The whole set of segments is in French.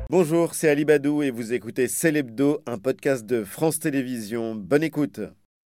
Bonjour, c'est Ali Badou et vous écoutez C'est l'Hebdo, un podcast de France Télévisions. Bonne écoute.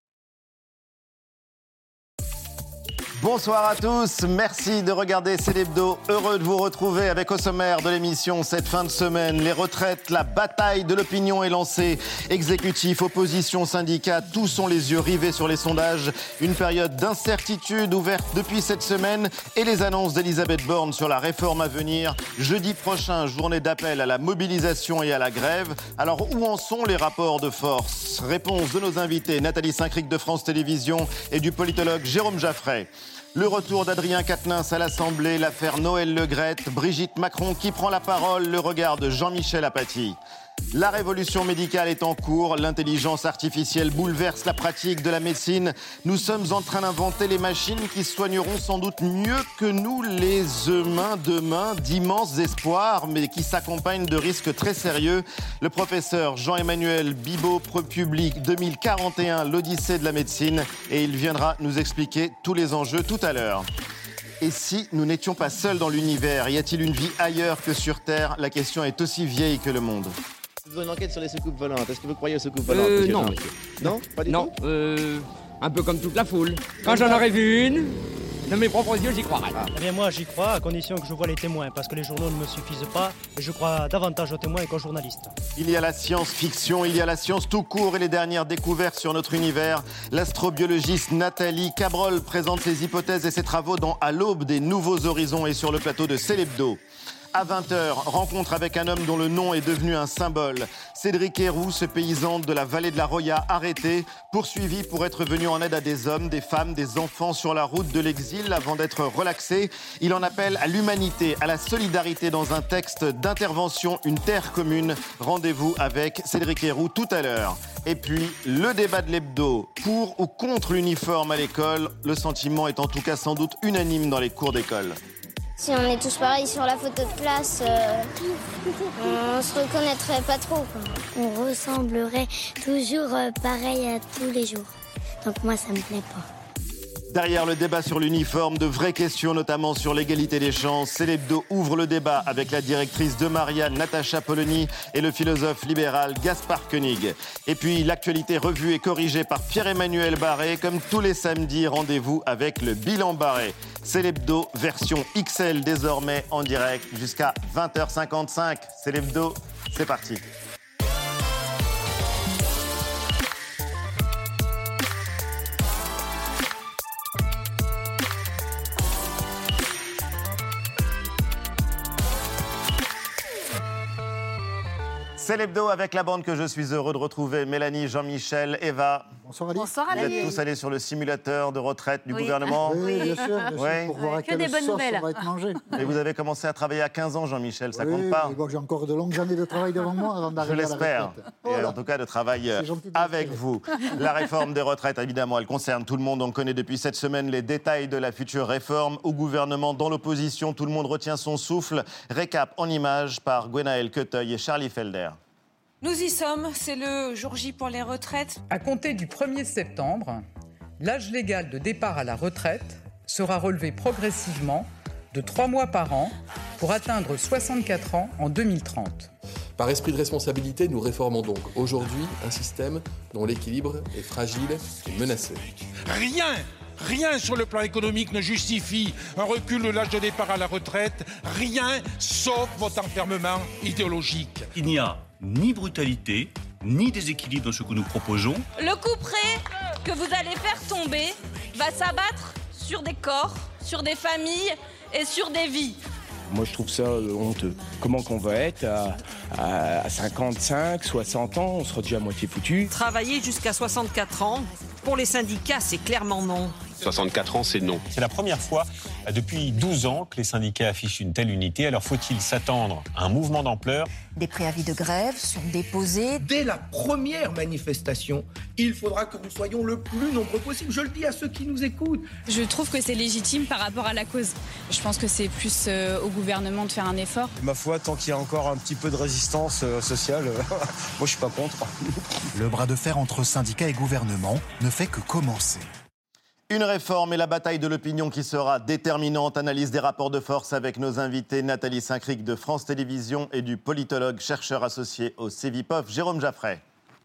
Bonsoir à tous, merci de regarder C'est l'Hebdo. Heureux de vous retrouver avec au sommaire de l'émission cette fin de semaine. Les retraites, la bataille de l'opinion est lancée. Exécutif, opposition, syndicats, tous ont les yeux rivés sur les sondages. Une période d'incertitude ouverte depuis cette semaine et les annonces d'Elisabeth Borne sur la réforme à venir. Jeudi prochain, journée d'appel à la mobilisation et à la grève. Alors où en sont les rapports de force ? Réponse de nos invités, Nathalie Saint-Cric de France Télévisions et du politologue Jérôme Jaffray. Le retour d'Adrien Quatennens à l'Assemblée, l'affaire Noël Le Graët, Brigitte Macron qui prend la parole, le regard de Jean-Michel Apathy. La révolution médicale est en cours, l'intelligence artificielle bouleverse la pratique de la médecine. Nous sommes en train d'inventer les machines qui soigneront sans doute mieux que nous les humains demain. D'immenses espoirs, mais qui s'accompagnent de risques très sérieux. Le professeur Jean-Emmanuel Bibeau publie 2041, l'Odyssée de la médecine, et il viendra nous expliquer tous les enjeux tout à l'heure. Et si nous n'étions pas seuls dans l'univers, y a-t-il une vie ailleurs que sur Terre ? La question est aussi vieille que le monde. Vous avez une enquête sur les soucoupes volantes. Est-ce que vous croyez aux soucoupes volantes, Non. Non, pas du tout. Un peu comme toute la foule. Quand Comme j'en aurais vu une, de mes propres yeux, j'y croirais. Eh bien moi j'y crois à condition que je vois les témoins, parce que les journaux ne me suffisent pas et je crois davantage aux témoins qu'aux journalistes. Il y a la science-fiction, il y a la science tout court et les dernières découvertes sur notre univers. L'astrobiologiste Nathalie Cabrol présente ses hypothèses et ses travaux dans À l'aube des nouveaux horizons et sur le plateau de C'est l'Hebdo. À 20h, rencontre avec un homme dont le nom est devenu un symbole. Cédric Héroux, ce paysan de la vallée de la Roya, arrêté, poursuivi pour être venu en aide à des hommes, des femmes, des enfants sur la route de l'exil avant d'être relaxé. Il en appelle à l'humanité, à la solidarité dans un texte d'intervention, une terre commune. Rendez-vous avec Cédric Héroux tout à l'heure. Et puis, le débat de l'hebdo, pour ou contre l'uniforme à l'école. Le sentiment est en tout cas sans doute unanime dans les cours d'école. Si on est tous pareils sur la photo de classe, on se reconnaîtrait pas trop, quoi. On ressemblerait toujours pareil à tous les jours. Donc moi, ça me plaît pas. Derrière le débat sur l'uniforme, de vraies questions, notamment sur l'égalité des chances. C'est l'hebdo ouvre le débat avec la directrice de Marianne, Natacha Polony, et le philosophe libéral Gaspard Koenig. Et puis l'actualité revue et corrigée par Pierre-Emmanuel Barré. Comme tous les samedis, rendez-vous avec le bilan Barré. C'est l'hebdo version XL désormais en direct jusqu'à 20h55. C'est l'hebdo, c'est parti. C'est l'hebdo avec la bande que je suis heureux de retrouver. Mélanie, Jean-Michel, Eva. Bonsoir Ali. Bonsoir Vous Ali. êtes tous allés sur le simulateur de retraite du gouvernement. Oui, bien sûr, Ouais. pour voir à Que quelle des bonnes sauce nouvelles. on va être mangé. Et vous avez commencé à travailler à 15 ans, Jean-Michel, ça Oui, compte pas. mais bon, j'ai encore de longues années de travail devant moi avant Je d'arriver à la l'espère. retraite. Et Voilà. en tout cas, de travail C'est gentil de avec l'espérer. vous. La réforme des retraites, évidemment, elle concerne tout le monde. On connaît depuis cette semaine les détails de la future réforme. Au gouvernement, dans l'opposition, tout le monde retient son souffle. Récap en images par Gwenaël Queteuil et Charlie Felder. Nous y sommes, c'est le jour J pour les retraites. À compter du 1er septembre, l'âge légal de départ à la retraite sera relevé progressivement de 3 mois par an pour atteindre 64 ans en 2030. Par esprit de responsabilité, nous réformons donc aujourd'hui un système dont l'équilibre est fragile et menacé. Rien sur le plan économique ne justifie un recul de l'âge de départ à la retraite, rien sauf votre enfermement idéologique. Il n'y a ni brutalité, ni déséquilibre dans ce que nous proposons. Le coup près que vous allez faire tomber va s'abattre sur des corps, sur des familles et sur des vies. Moi, je trouve ça honteux. Comment qu'on va être à 55, 60 ans, on sera déjà à moitié foutu. Travailler jusqu'à 64 ans, pour les syndicats, c'est clairement non. 64 ans, c'est non. C'est la première fois depuis 12 ans que les syndicats affichent une telle unité. Alors faut-il s'attendre à un mouvement d'ampleur ? Des préavis de grève sont déposés. Dès la première manifestation, il faudra que nous soyons le plus nombreux possible. Je le dis à ceux qui nous écoutent. Je trouve que c'est légitime par rapport à la cause. Je pense que c'est plus au gouvernement de faire un effort. Ma foi, tant qu'il y a encore un petit peu de résistance sociale, moi je suis pas contre. Le bras de fer entre syndicats et gouvernement ne fait que commencer. Une réforme et la bataille de l'opinion qui sera déterminante. Analyse des rapports de force avec nos invités Nathalie Saint-Cric de France Télévisions et du politologue, chercheur associé au Cevipof, Jérôme Jaffray.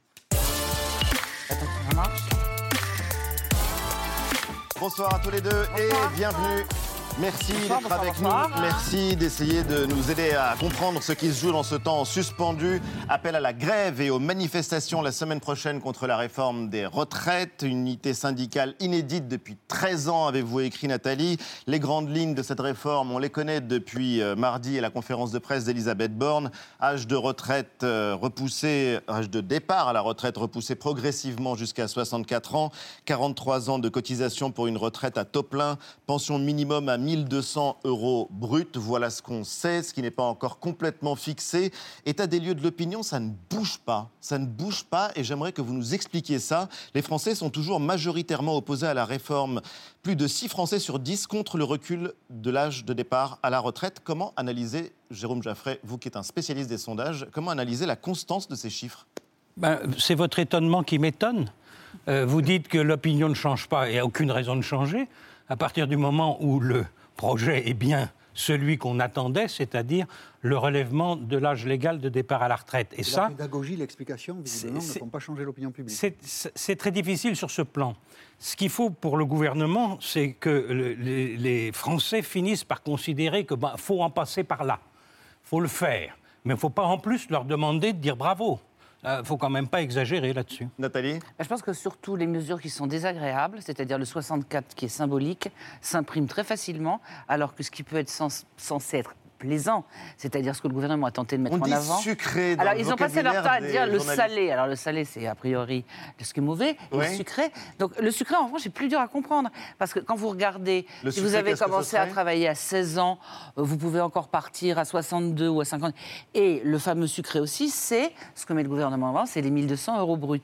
Bonsoir à tous les deux et bienvenue. Merci d'être avec nous. Merci d'essayer de nous aider à comprendre ce qui se joue dans ce temps suspendu. Appel à la grève et aux manifestations la semaine prochaine contre la réforme des retraites. Une unité syndicale inédite depuis 13 ans, avez-vous écrit Nathalie. Les grandes lignes de cette réforme, on les connaît depuis mardi et la conférence de presse d'Elisabeth Borne. Âge de retraite repoussé, âge de départ à la retraite repoussé progressivement jusqu'à 64 ans. 43 ans de cotisation pour une retraite à taux plein. Pension minimum à 1 200 € bruts, voilà ce qu'on sait, ce qui n'est pas encore complètement fixé. État des lieux de l'opinion, ça ne bouge pas. Ça ne bouge pas et j'aimerais que vous nous expliquiez ça. Les Français sont toujours majoritairement opposés à la réforme. Plus de 6 Français sur 10 contre le recul de l'âge de départ à la retraite. Comment analyser, Jérôme Jaffray, vous qui êtes un spécialiste des sondages, comment analyser la constance de ces chiffres ? C'est votre étonnement qui m'étonne. Vous dites que l'opinion ne change pas et il n'y a aucune raison de changer. À partir du moment où le projet est bien celui qu'on attendait, c'est-à-dire le relèvement de l'âge légal de départ à la retraite. Et ça, la pédagogie, l'explication, visiblement, ne font pas changer l'opinion publique. C'est très difficile sur ce plan. Ce qu'il faut pour le gouvernement, c'est que les Français finissent par considérer qu'il faut en passer par là. Il faut le faire. Mais il ne faut pas en plus leur demander de dire bravo. Il ne faut quand même pas exagérer là-dessus. Nathalie ? Je pense que surtout les mesures qui sont désagréables, c'est-à-dire le 64 qui est symbolique, s'impriment très facilement, alors que ce qui peut être censé être plaisant, c'est-à-dire ce que le gouvernement a tenté de mettre en avant. Sucré dans alors, le ils ont passé leur temps à dire le journalistes. salé. Alors, le salé, c'est a priori ce qui est mauvais. Et le sucré. Donc, le sucré, en revanche, c'est plus dur à comprendre. Parce que quand vous regardez, si vous avez commencé à travailler à 16 ans, vous pouvez encore partir à 62 ou à 50. Et le fameux sucré aussi, c'est ce que met le gouvernement en avant, c'est les 1 200 € bruts.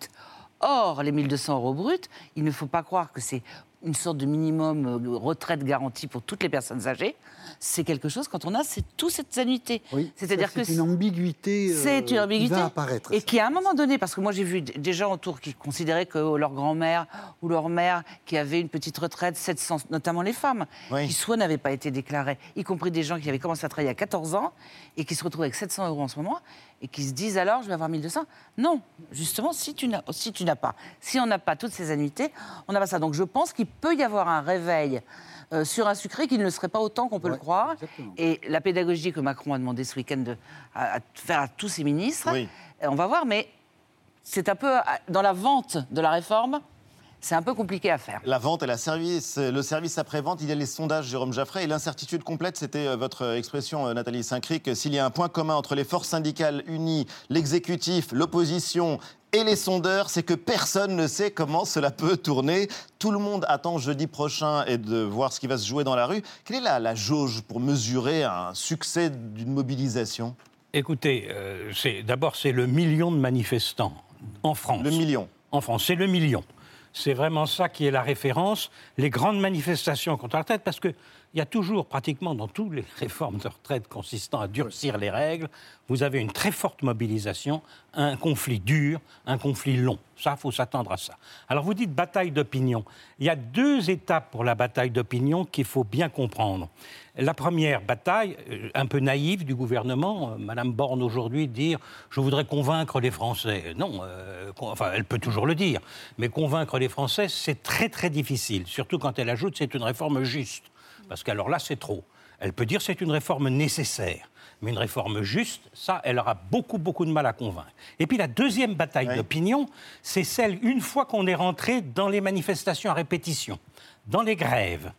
Or, les 1 200 € bruts, il ne faut pas croire que c'est une sorte de minimum retraite garantie pour toutes les personnes âgées. C'est quelque chose, quand on a, c'est toute cette annuité. Oui, c'est-à-dire que c'est une ambiguïté, qui va apparaître. Et qui, à un moment donné, parce que moi j'ai vu des gens autour qui considéraient que leur grand-mère ou leur mère qui avait une petite retraite, 700, notamment les femmes, qui soit n'avaient pas été déclarées, y compris des gens qui avaient commencé à travailler à 14 ans et qui se retrouvent avec 700 € en ce moment et qui se disent alors je vais avoir 1 200. Non, justement, si tu n'as pas, si on n'a pas toutes ces annuités, on n'a pas ça. Donc je pense qu'il peut y avoir un réveil sur un sucré qui ne le serait pas autant qu'on peut le croire. Exactement. Et la pédagogie que Macron a demandé ce week-end à faire à tous ses ministres, on va voir, mais c'est un peu dans la vente de la réforme. C'est un peu compliqué à faire. La vente et le service après-vente, il y a les sondages, Jérôme Jaffray, et l'incertitude complète, c'était votre expression, Nathalie Saint-Cric. S'il y a un point commun entre les forces syndicales unies, l'exécutif, l'opposition et les sondeurs, c'est que personne ne sait comment cela peut tourner. Tout le monde attend jeudi prochain et de voir ce qui va se jouer dans la rue. Quelle est la jauge pour mesurer un succès d'une mobilisation ? Écoutez, d'abord, c'est le million de manifestants en France. Le million ? En France, c'est le million. C'est vraiment ça qui est la référence. Les grandes manifestations contre la retraite, parce qu'il y a toujours, pratiquement dans toutes les réformes de retraite consistant à durcir les règles, vous avez une très forte mobilisation, un conflit dur, un conflit long. Ça, il faut s'attendre à ça. Alors, vous dites bataille d'opinion. Il y a 2 étapes pour la bataille d'opinion qu'il faut bien comprendre. La première bataille, un peu naïve du gouvernement, Madame Borne aujourd'hui dire « je voudrais convaincre les Français ». Non, elle peut toujours le dire, mais convaincre les Français, c'est très très difficile, surtout quand elle ajoute « c'est une réforme juste ». Parce qu'alors là, c'est trop. Elle peut dire « c'est une réforme nécessaire ». Mais une réforme juste, ça, elle aura beaucoup, beaucoup de mal à convaincre. Et puis la deuxième bataille d'opinion, c'est celle, une fois qu'on est rentré dans les manifestations à répétition, dans les grèves.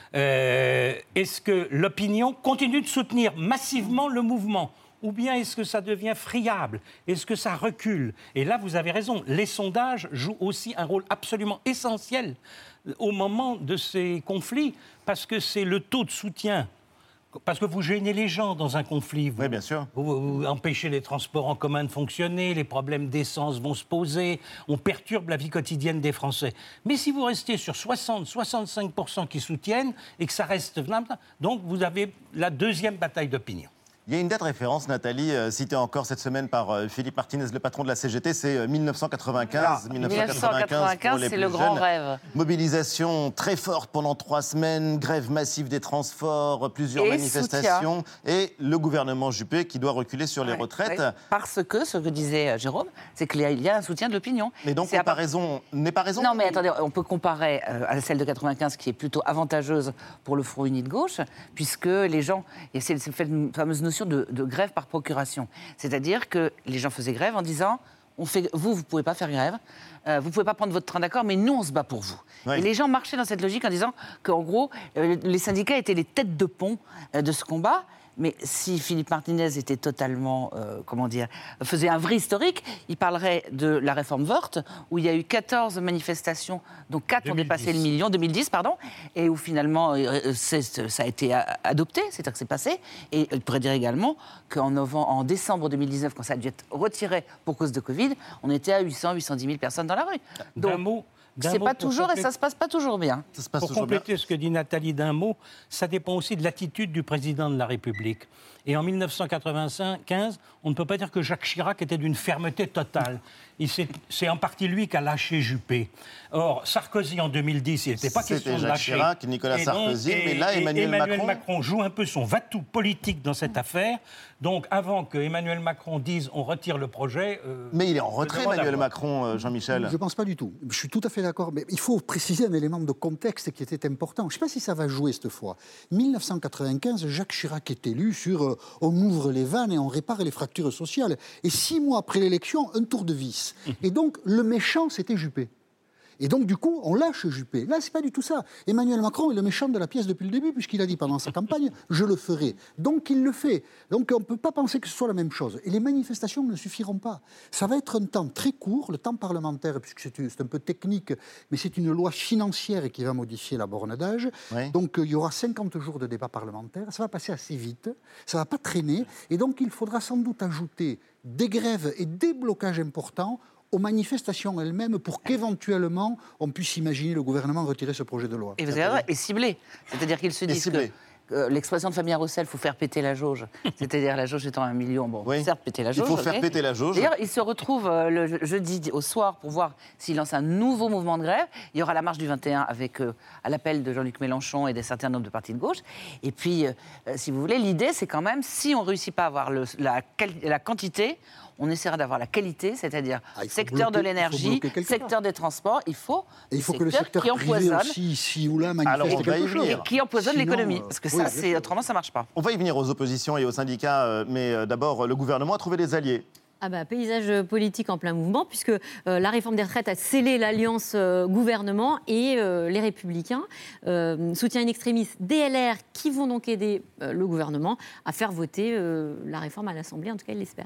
Est-ce que l'opinion continue de soutenir massivement le mouvement ? Ou bien est-ce que ça devient friable ? Est-ce que ça recule ? Et là, vous avez raison, les sondages jouent aussi un rôle absolument essentiel au moment de ces conflits, parce que c'est le taux de soutien. Parce que vous gênez les gens dans un conflit. Oui, bien sûr. Vous empêchez les transports en commun de fonctionner, les problèmes d'essence vont se poser, on perturbe la vie quotidienne des Français. Mais si vous restez sur 60-65% qui soutiennent et que ça reste... Donc, vous avez la deuxième bataille d'opinion. Il y a une date référence, Nathalie, citée encore cette semaine par Philippe Martinez, le patron de la CGT, c'est 1995. 1995, c'est le grand rêve. Mobilisation très forte pendant 3 semaines, grève massive des transports, plusieurs manifestations, et le gouvernement Juppé qui doit reculer sur les retraites. Oui. Parce que, ce que disait Jérôme, c'est qu'il y a un soutien de l'opinion. Mais donc, comparaison n'est pas raison. Non, mais attendez, on peut comparer à celle de 95 qui est plutôt avantageuse pour le Front Uni de gauche, puisque les gens, et c'est cette fameuse notion de grève par procuration. C'est-à-dire que les gens faisaient grève en disant vous ne pouvez pas faire grève, vous ne pouvez pas prendre votre train d'accord, mais nous, on se bat pour vous. Oui. Et les gens marchaient dans cette logique en disant qu'en gros, les syndicats étaient les têtes de pont de ce combat. Mais si Philippe Martinez était totalement, faisait un vrai historique, il parlerait de la réforme Woerth, où il y a eu 14 manifestations, dont 4 ont dépassé le million, 2010, pardon, et où finalement ça a été adopté, c'est-à-dire que c'est passé. Et il pourrait dire également qu'en décembre 2019, quand ça a dû être retiré pour cause de Covid, on était à 810 000 personnes dans la rue. Donc, c'est pas toujours et ça se passe pas toujours bien. Pour compléter ce que dit Nathalie d'un mot, ça dépend aussi de l'attitude du président de la République. Et en 1995, on ne peut pas dire que Jacques Chirac était d'une fermeté totale. C'est en partie lui qui a lâché Juppé. Or, Sarkozy en 2010, il n'était pas question de lâcher. C'était Jacques Chirac, Nicolas Sarkozy, mais là, Emmanuel Macron joue un peu son va-tout politique dans cette affaire. Donc, avant que Emmanuel Macron dise on retire le projet... mais il est en retrait, Emmanuel Macron, Jean-Michel. Je ne pense pas du tout. Je suis tout à fait d'accord, mais il faut préciser un élément de contexte qui était important. Je ne sais pas si ça va jouer cette fois. 1995, Jacques Chirac est élu sur on ouvre les vannes et on répare les fractures sociales. Et 6 mois après l'élection, un tour de vis. Et donc, le méchant, c'était Juppé. Et donc, du coup, on lâche Juppé. Là, c'est pas du tout ça. Emmanuel Macron est le méchant de la pièce depuis le début, puisqu'il a dit pendant sa campagne « je le ferai ». Donc, il le fait. Donc, on ne peut pas penser que ce soit la même chose. Et les manifestations ne suffiront pas. Ça va être un temps très court, le temps parlementaire, puisque c'est un peu technique, mais c'est une loi financière qui va modifier la borne d'âge. Oui. Donc, il y aura 50 jours de débat parlementaire. Ça va passer assez vite. Ça ne va pas traîner. Et donc, il faudra sans doute ajouter des grèves et des blocages importants aux manifestations elles-mêmes pour qu'éventuellement on puisse imaginer le gouvernement retirer ce projet de loi. Et vous avez raison, et ciblé. C'est-à-dire qu'ils se disent que l'expression de Fabien Roussel, il faut faire péter la jauge. C'est-à-dire la jauge étant 1 million. Bon, certes, péter la jauge. Il faut faire péter la jauge. D'ailleurs, il se retrouve le jeudi au soir pour voir s'il lance un nouveau mouvement de grève. Il y aura la marche du 21 avec, à l'appel de Jean-Luc Mélenchon et d'un certain nombre de partis de gauche. Et puis, si vous voulez, l'idée, c'est quand même, si on ne réussit pas à avoir la quantité, on essaiera d'avoir la qualité, c'est-à-dire secteur de l'énergie, secteur des transports. Il faut que le secteur privé aussi, ici ou là, manifeste quelque chose. Et qui empoisonne l'économie. Parce que ça, autrement, ça ne marche pas. On va y venir aux oppositions et aux syndicats, mais d'abord, le gouvernement a trouvé des alliés. Paysage politique en plein mouvement, puisque la réforme des retraites a scellé l'alliance gouvernement et les Républicains. Soutien in extremis des LR qui vont donc aider le gouvernement à faire voter la réforme à l'Assemblée, en tout cas, il l'espère.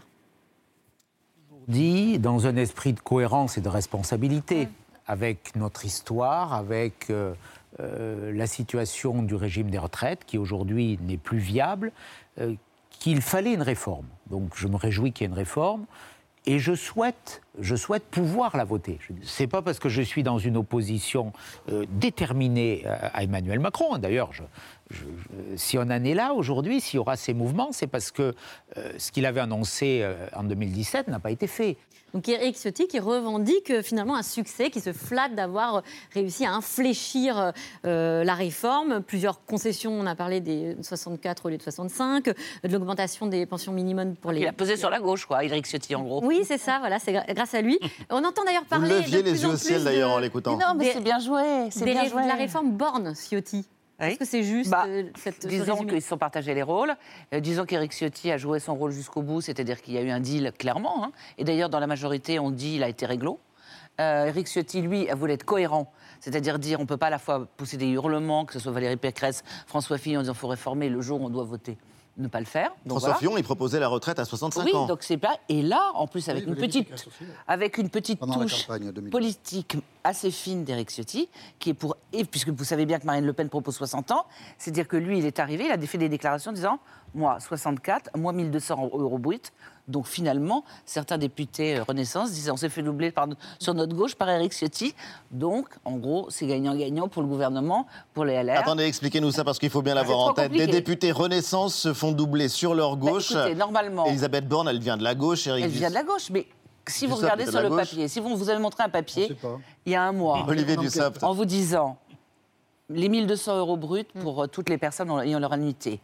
Dit dans un esprit de cohérence et de responsabilité, avec notre histoire, avec la situation du régime des retraites, qui aujourd'hui n'est plus viable, qu'il fallait une réforme. Donc je me réjouis qu'il y ait une réforme, et je souhaite pouvoir la voter. C'est pas parce que je suis dans une opposition déterminée à Emmanuel Macron. D'ailleurs, si on en est là aujourd'hui, s'il y aura ces mouvements, c'est parce que ce qu'il avait annoncé en 2017 n'a pas été fait. Donc Éric Ciotti qui revendique finalement un succès, qui se flatte d'avoir réussi à infléchir la réforme. Plusieurs concessions, on a parlé des 64 au lieu de 65, de l'augmentation des pensions minimum pour les... Il a pesé sur la gauche, quoi, Éric Ciotti, en gros. Oui, c'est ça, voilà, c'est grâce à lui. On entend d'ailleurs parler... Vous leviez les yeux au ciel, d'ailleurs, en l'écoutant. Non, mais c'est bien joué, de la réforme Borne-Ciotti. Oui. Est-ce que c'est juste disons qu'ils se sont partagés les rôles. Disons qu'Éric Ciotti a joué son rôle jusqu'au bout, c'est-à-dire qu'il y a eu un deal, clairement. Hein. Et d'ailleurs, dans la majorité, on dit qu'il a été réglo. Éric Ciotti, lui, voulait être cohérent. C'est-à-dire dire on ne peut pas à la fois pousser des hurlements, que ce soit Valérie Pécresse, François Fillon, en disant qu'il faut réformer le jour où on doit voter. Ne pas le faire. Donc François Fillon, il proposait la retraite à 65 ans. Oui, donc c'est pas. Et là, en plus, avec une petite touche politique assez fine d'Éric Ciotti, qui est pour. Et puisque vous savez bien que Marine Le Pen propose 60 ans, c'est-à-dire que lui, il est arrivé, il a fait des déclarations en disant moi 64, moi 1200 euros brut. Donc finalement, certains députés Renaissance disaient on s'est fait doubler sur notre gauche par Éric Ciotti. Donc en gros, c'est gagnant-gagnant pour le gouvernement, pour les LR. Attendez, expliquez-nous ça parce qu'il faut bien l'avoir en tête. Des députés Renaissance se font doubler sur leur gauche. Écoutez, normalement, Elisabeth Borne, elle vient de la gauche. Elle vient de la gauche, mais si vous regardez sur le papier, si vous avez montré un papier, il y a un mois, Olivier Dussopt, en vous disant les 1200 euros bruts pour toutes les personnes ayant leur annuité.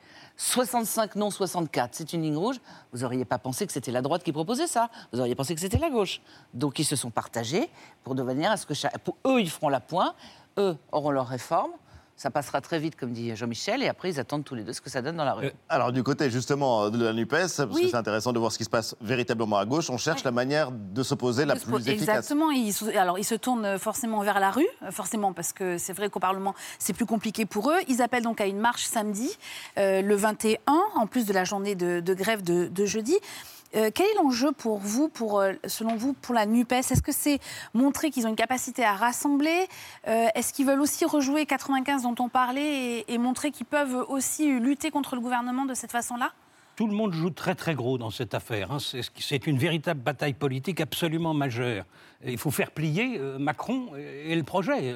65 non 64, c'est une ligne rouge. Vous n'auriez pas pensé que c'était la droite qui proposait ça. Vous auriez pensé que c'était la gauche. Donc ils se sont partagés pour devenir à ce que pour eux ils feront la pointe, eux auront leur réforme. Ça passera très vite, comme dit Jean-Michel, et après, ils attendent tous les deux ce que ça donne dans la rue. Alors, du côté, justement, de la NUPES, parce que c'est intéressant de voir ce qui se passe véritablement à gauche, on cherche la manière de s'opposer la plus efficace. Exactement. Alors, ils se tournent forcément vers la rue, forcément, parce que c'est vrai qu'au Parlement, c'est plus compliqué pour eux. Ils appellent donc à une marche samedi, le 21, en plus de la journée de grève de jeudi. Quel est l'enjeu pour vous, selon vous, pour la NUPES ? Est-ce que c'est montrer qu'ils ont une capacité à rassembler ? Est-ce qu'ils veulent aussi rejouer 95 dont on parlait et montrer qu'ils peuvent aussi lutter contre le gouvernement de cette façon-là ? Tout le monde joue très très gros dans cette affaire. C'est une véritable bataille politique absolument majeure. Il faut faire plier Macron et le projet.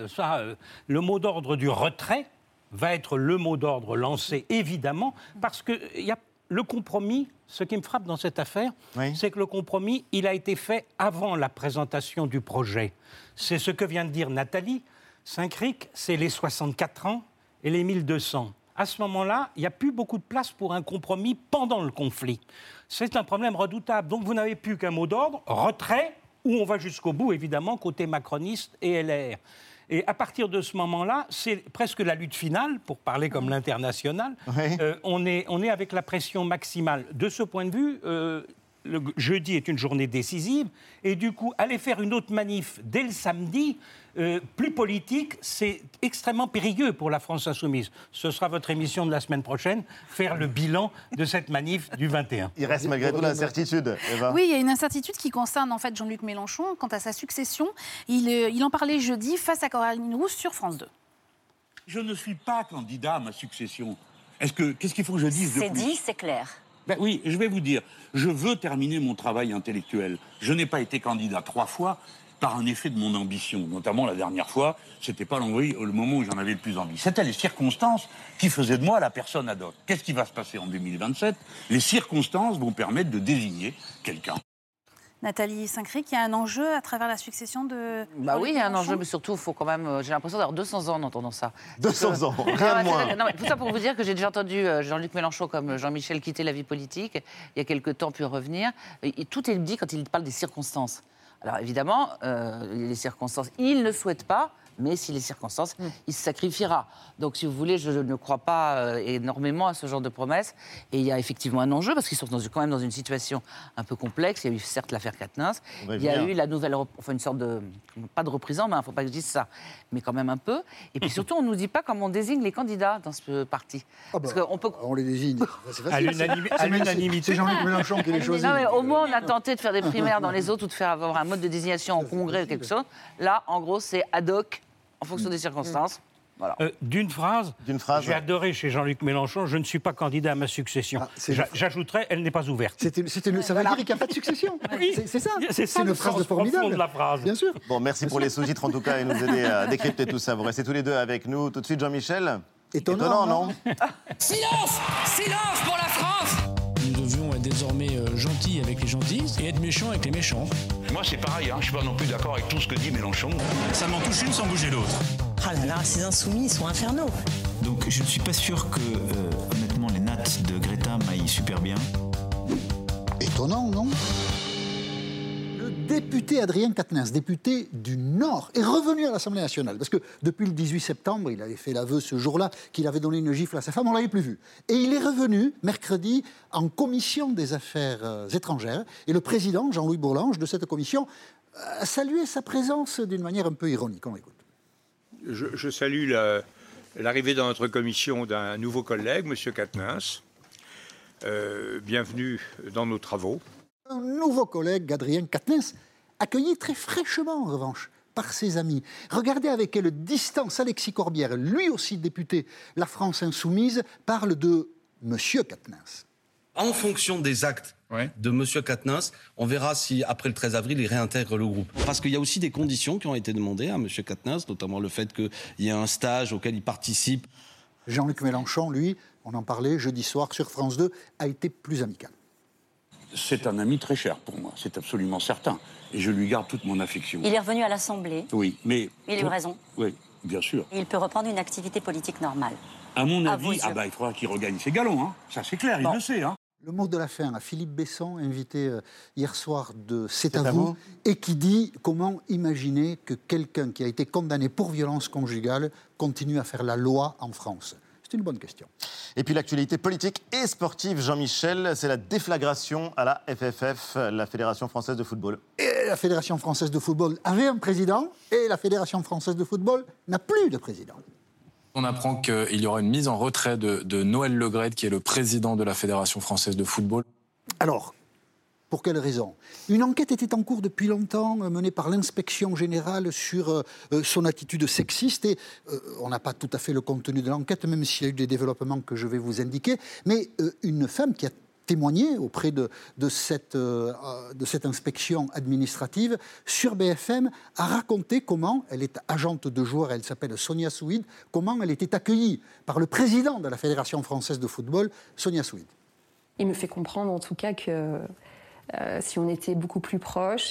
Le mot d'ordre du retrait va être le mot d'ordre lancé, évidemment, parce qu'il y a le compromis. Ce qui me frappe dans cette affaire, c'est que le compromis, il a été fait avant la présentation du projet. C'est ce que vient de dire Nathalie Saint-Cric, c'est les 64 ans et les 1200. À ce moment-là, il n'y a plus beaucoup de place pour un compromis pendant le conflit. C'est un problème redoutable. Donc vous n'avez plus qu'un mot d'ordre, retrait, où on va jusqu'au bout, évidemment, côté macroniste et LR. Et à partir de ce moment-là, c'est presque la lutte finale, pour parler comme l'international. On est avec la pression maximale. De ce point de vue, le jeudi est une journée décisive. Et du coup, aller faire une autre manif dès le samedi, plus politique, c'est extrêmement périlleux pour la France insoumise. Ce sera votre émission de la semaine prochaine, faire le bilan de cette manif du 21. Il reste malgré tout l'incertitude, Eva. Oui, il y a une incertitude qui concerne en fait Jean-Luc Mélenchon quant à sa succession. Il en parlait jeudi face à Coraline Roux sur France 2. Je ne suis pas candidat à ma succession. Qu'est-ce qu'il faut que je dise de plus ? C'est dit, c'est clair. Ben oui, je vais vous dire, je veux terminer mon travail intellectuel. Je n'ai pas été candidat 3 fois par un effet de mon ambition. Notamment la dernière fois, c'était pas le moment où j'en avais le plus envie. C'était les circonstances qui faisaient de moi la personne ad hoc. Qu'est-ce qui va se passer en 2027 ? Les circonstances vont permettre de désigner quelqu'un. Nathalie Saint-Cric, il y a un enjeu à travers la succession de... Oui, il y a un enjeu, mais surtout, il faut quand même... J'ai l'impression d'avoir 200 ans en entendant ça. 200 ans, rien de moins. Non, mais tout ça pour vous dire que j'ai déjà entendu Jean-Luc Mélenchon comme Jean-Michel quitter la vie politique, il y a quelque temps, puis revenir. Et tout est dit quand il parle des circonstances. Alors évidemment, les circonstances, il ne souhaite pas, mais si les circonstances, il se sacrifiera. Donc si vous voulez, je ne crois pas énormément à ce genre de promesses. Et il y a effectivement un enjeu, parce qu'ils sont quand même dans une situation un peu complexe. Il y a eu certes l'affaire Quatennens, il y a eu la nouvelle, une sorte de, pas de reprisant, mais il ne faut pas que je dise ça, mais quand même un peu. Et puis surtout, on ne nous dit pas comment on désigne les candidats dans ce parti. Parce qu'on peut... On les désigne. À l'unanimité. C'est Jean-Luc Mélenchon qui les choisit. Non, mais au moins, on a tenté de faire des primaires dans les autres ou de faire avoir un mode de désignation en congrès ou quelque chose. Là, en gros, c'est ad hoc, en fonction des circonstances. Voilà. D'une phrase, j'ai adoré chez Jean-Luc Mélenchon, je ne suis pas candidat à ma succession. J'ajouterais, elle n'est pas ouverte. Ça veut dire qu'il n'y a pas de succession. Oui. C'est ça. C'est une phrase formidable. De la phrase. Bien sûr. Bon, merci pour les sous-titres en tout cas et nous aider à décrypter tout ça. Vous restez tous les deux avec nous. Tout de suite, Jean-Michel. Étonnant, non ? Silence ! Silence pour la France ! Nous devions être désormais gentils avec les gentils et être méchants avec les méchants. Moi, c'est pareil, je suis pas non plus d'accord avec tout ce que dit Mélenchon. Ça m'en touche une sans bouger l'autre. Ah là là, ces insoumis, ils sont infernaux. Donc je ne suis pas sûr que, honnêtement, les nattes de Greta m'aillent super bien. Étonnant, non ? Le député Adrien Quatennens, député du Nord, est revenu à l'Assemblée nationale. Parce que depuis le 18 septembre, il avait fait l'aveu ce jour-là qu'il avait donné une gifle à sa femme, on ne l'avait plus vu. Et il est revenu mercredi en commission des affaires étrangères. Et le président, Jean-Louis Bourlanges, de cette commission, a salué sa présence d'une manière un peu ironique. On l'écoute. Je salue l'arrivée dans notre commission d'un nouveau collègue, M. Quatennens. Bienvenue dans nos travaux. Un nouveau collègue, Adrien Quatennens, accueilli très fraîchement, en revanche, par ses amis. Regardez avec quelle distance Alexis Corbière, lui aussi député La France Insoumise, parle de M. Quatennens. En fonction des actes de M. Quatennens, on verra si, après le 13 avril, il réintègre le groupe. Parce qu'il y a aussi des conditions qui ont été demandées à M. Quatennens, notamment le fait qu'il y ait un stage auquel il participe. Jean-Luc Mélenchon, lui, on en parlait jeudi soir sur France 2, a été plus amical. C'est un ami très cher pour moi, c'est absolument certain. Et je lui garde toute mon affection. Il est revenu à l'Assemblée. Oui, mais... Il a eu raison. Oui, bien sûr. Et il peut reprendre une activité politique normale. À mon avis, il faudra qu'il regagne ses galons, hein. Ça c'est clair, il le sait. Hein. Le mot de la fin à Philippe Besson, invité hier soir de C'est à vous, et qui dit comment imaginer que quelqu'un qui a été condamné pour violence conjugale continue à faire la loi en France. C'est une bonne question. Et puis l'actualité politique et sportive, Jean-Michel, c'est la déflagration à la FFF, la Fédération Française de Football. Et la Fédération Française de Football avait un président, et la Fédération Française de Football n'a plus de président. On apprend qu'il y aura une mise en retrait de Noël Le Graët, qui est le président de la Fédération Française de Football. Alors, pour quelle raison ? Une enquête était en cours depuis longtemps, menée par l'Inspection générale sur son attitude sexiste. Et on n'a pas tout à fait le contenu de l'enquête, même s'il y a eu des développements que je vais vous indiquer. Mais une femme qui a témoigné auprès de cette inspection administrative sur BFM a raconté comment, elle est agente de joueurs, elle s'appelle Sonia Souid, comment elle était accueillie par le président de la Fédération Française de Football, Sonia Souid. Il me fait comprendre en tout cas que si on était beaucoup plus proches,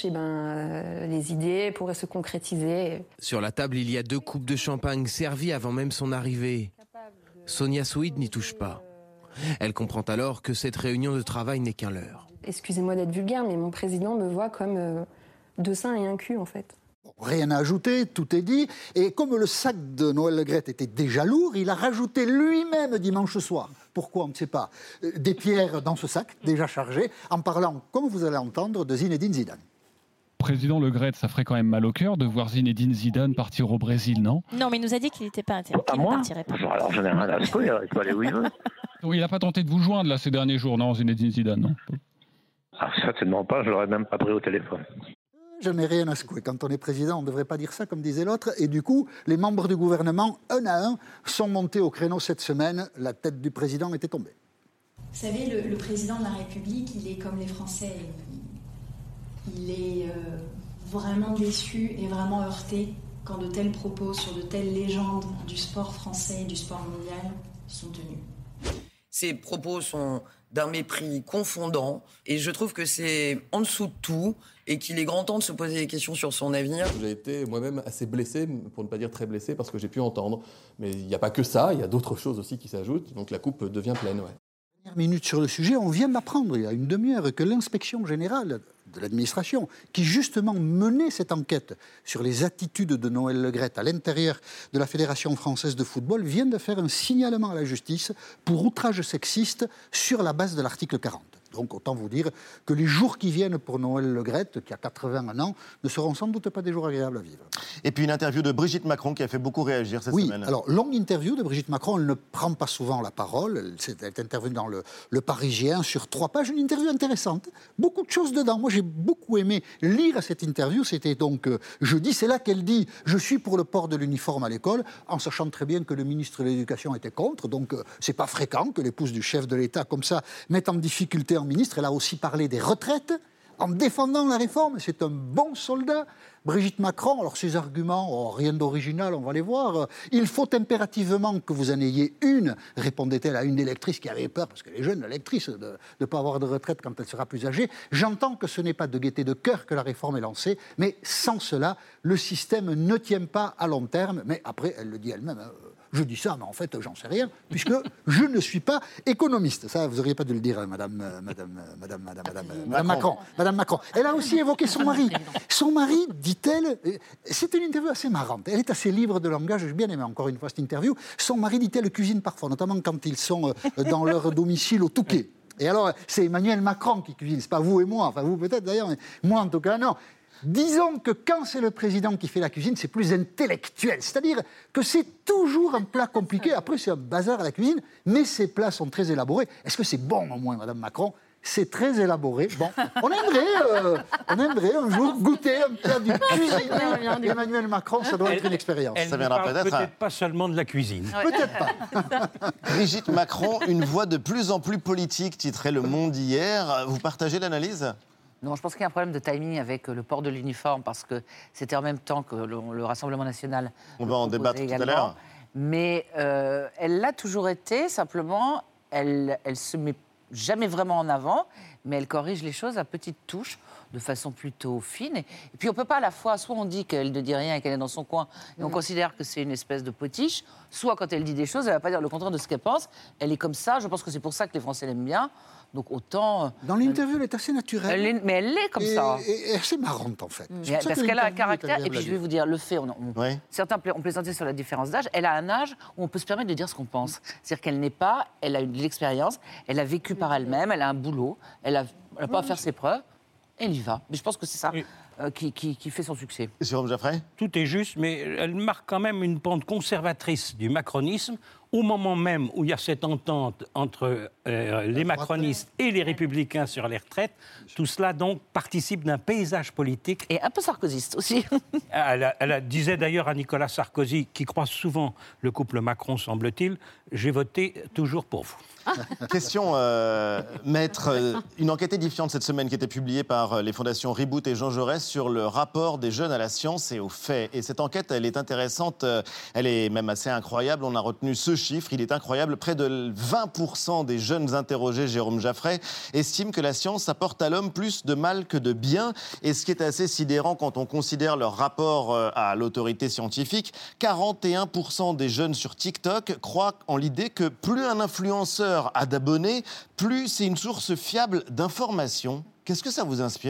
les idées pourraient se concrétiser. Sur la table, il y a 2 coupes de champagne servies avant même son arrivée. Sonia Souid n'y touche pas. Elle comprend alors que cette réunion de travail n'est qu'un leurre. Excusez-moi d'être vulgaire, mais mon président me voit comme 2 seins et un cul, en fait. Rien à ajouter, tout est dit. Et comme le sac de Noël Le Graët était déjà lourd, il a rajouté lui-même dimanche soir. Pourquoi, on ne sait pas. Des pierres dans ce sac, déjà chargé, en parlant, comme vous allez entendre, de Zinedine Zidane. Président Le Graët, ça ferait quand même mal au cœur de voir Zinedine Zidane partir au Brésil, non ? Non, mais il nous a dit qu'il n'était pas intéressé. À moi ? Alors j'en ai rien à secouer, il peut aller où il veut. Oui, il n'a pas tenté de vous joindre là, ces derniers jours, non, Zinedine Zidane, non ? Ah, certainement pas, je l'aurais même pas pris au téléphone. Je n'ai rien à secouer. Quand on est président, on ne devrait pas dire ça, comme disait l'autre. Et du coup, les membres du gouvernement, un à un, sont montés au créneau cette semaine. La tête du président était tombée. Vous savez, le président de la République, il est comme les Français. Il est vraiment déçu et vraiment heurté quand de tels propos sur de telles légendes du sport français et du sport mondial sont tenus. Ces propos sont d'un mépris confondant et je trouve que c'est en dessous de tout et qu'il est grand temps de se poser des questions sur son avenir. J'ai été moi-même assez blessé, pour ne pas dire très blessé, parce que j'ai pu entendre. Mais il n'y a pas que ça, il y a d'autres choses aussi qui s'ajoutent, donc la coupe devient pleine, ouais. Dernière minute sur le sujet, on vient d'apprendre il y a une demi-heure que l'Inspection générale de l'administration, qui justement menait cette enquête sur les attitudes de Noël Le Graët à l'intérieur de la Fédération Française de Football, vient de faire un signalement à la justice pour outrage sexiste sur la base de l'article 40. Donc autant vous dire que les jours qui viennent pour Noël Le Graët, qui a 81 ans, ne seront sans doute pas des jours agréables à vivre. Et puis une interview de Brigitte Macron qui a fait beaucoup réagir cette semaine. Oui, alors longue interview de Brigitte Macron, elle ne prend pas souvent la parole, elle est intervenue dans le Parisien sur 3 pages, une interview intéressante, beaucoup de choses dedans. Moi j'ai beaucoup aimé lire cette interview, c'était donc jeudi, c'est là qu'elle dit « Je suis pour le port de l'uniforme à l'école », en sachant très bien que le ministre de l'Éducation était contre, donc c'est pas fréquent que l'épouse du chef de l'État comme ça mette en difficulté un ministre. Elle a aussi parlé des retraites en défendant la réforme. C'est un bon soldat. Brigitte Macron, alors ses arguments, rien d'original, on va les voir. Il faut impérativement que vous en ayez une, répondait-elle à une des lectrices qui avait peur, parce que les jeunes, la lectrice, de ne pas avoir de retraite quand elle sera plus âgée. J'entends que ce n'est pas de gaieté de cœur que la réforme est lancée, mais sans cela, le système ne tient pas à long terme. Mais après, elle le dit elle-même, je dis ça, mais en fait, j'en sais rien, puisque je ne suis pas économiste. Ça, vous n'auriez pas dû le dire, Madame Macron. Madame Macron. Elle a aussi évoqué son mari. Son mari, dit-elle, c'est une interview assez marrante. Elle est assez libre de langage. J'ai bien aimé encore une fois cette interview. Son mari, dit-elle, cuisine parfois, notamment quand ils sont dans leur domicile au Touquet. Et alors, c'est Emmanuel Macron qui cuisine. C'est pas vous et moi. Enfin, vous peut-être d'ailleurs, mais moi en tout cas, non. Disons que quand c'est le président qui fait la cuisine, c'est plus intellectuel. C'est-à-dire que c'est toujours un plat compliqué. Après, c'est un bazar à la cuisine, mais ces plats sont très élaborés. Est-ce que c'est bon, au moins, Madame Macron ? C'est très élaboré. Bon, on aimerait un jour goûter un plat du cuisinier d'Emmanuel Macron. Ça doit être une expérience. Ça viendra peut-être pas seulement de la cuisine. Peut-être pas. Brigitte Macron, une voix de plus en plus politique, titrait Le Monde hier. Vous partagez l'analyse ? Non, je pense qu'il y a un problème de timing avec le port de l'uniforme, parce que c'était en même temps que le Rassemblement national. On va en débattre tout à l'heure. Mais elle l'a toujours été, simplement, elle se met jamais vraiment en avant, mais elle corrige les choses à petites touches, de façon plutôt fine. Et puis on ne peut pas à la fois, soit on dit qu'elle ne dit rien et qu'elle est dans son coin, et on considère que c'est une espèce de potiche, soit quand elle dit des choses, elle ne va pas dire le contraire de ce qu'elle pense. Elle est comme ça, je pense que c'est pour ça que les Français l'aiment bien. Donc autant... Dans l'interview, elle est assez naturelle. Mais elle est comme ça. Et assez marrante, en fait. Parce qu'elle a un caractère. Et puis je vais vous dire, le fait, certains ont plaisanté sur la différence d'âge. Elle a un âge où on peut se permettre de dire ce qu'on pense. C'est-à-dire qu'elle n'est pas... Elle a eu de l'expérience, elle a vécu par elle-même, elle a un boulot, elle n'a pas à faire ses preuves. Elle y va. Mais je pense que c'est ça qui fait son succès. Jérôme Jaffray ? Tout est juste, mais elle marque quand même une pente conservatrice du macronisme, au moment même où il y a cette entente entre les macronistes et les républicains sur les retraites. Tout cela, donc, participe d'un paysage politique. Et un peu sarkozyste aussi. Elle disait d'ailleurs à Nicolas Sarkozy, qui croise souvent le couple Macron, semble-t-il, « J'ai voté toujours pour vous ». Question, maître. Une enquête édifiante cette semaine qui était publiée par les fondations Reboot et Jean Jaurès sur le rapport des jeunes à la science et aux faits. Et cette enquête, elle est intéressante, elle est même assez incroyable. On a retenu ce chiffre, il est incroyable. Près de 20% des jeunes interrogés, Jérôme Jaffray, estiment que la science apporte à l'homme plus de mal que de bien. Et ce qui est assez sidérant quand on considère leur rapport à l'autorité scientifique, 41% des jeunes sur TikTok croient en l'idée que plus un influenceur a d'abonnés, plus c'est une source fiable d'informations. Qu'est-ce que ça vous inspire ?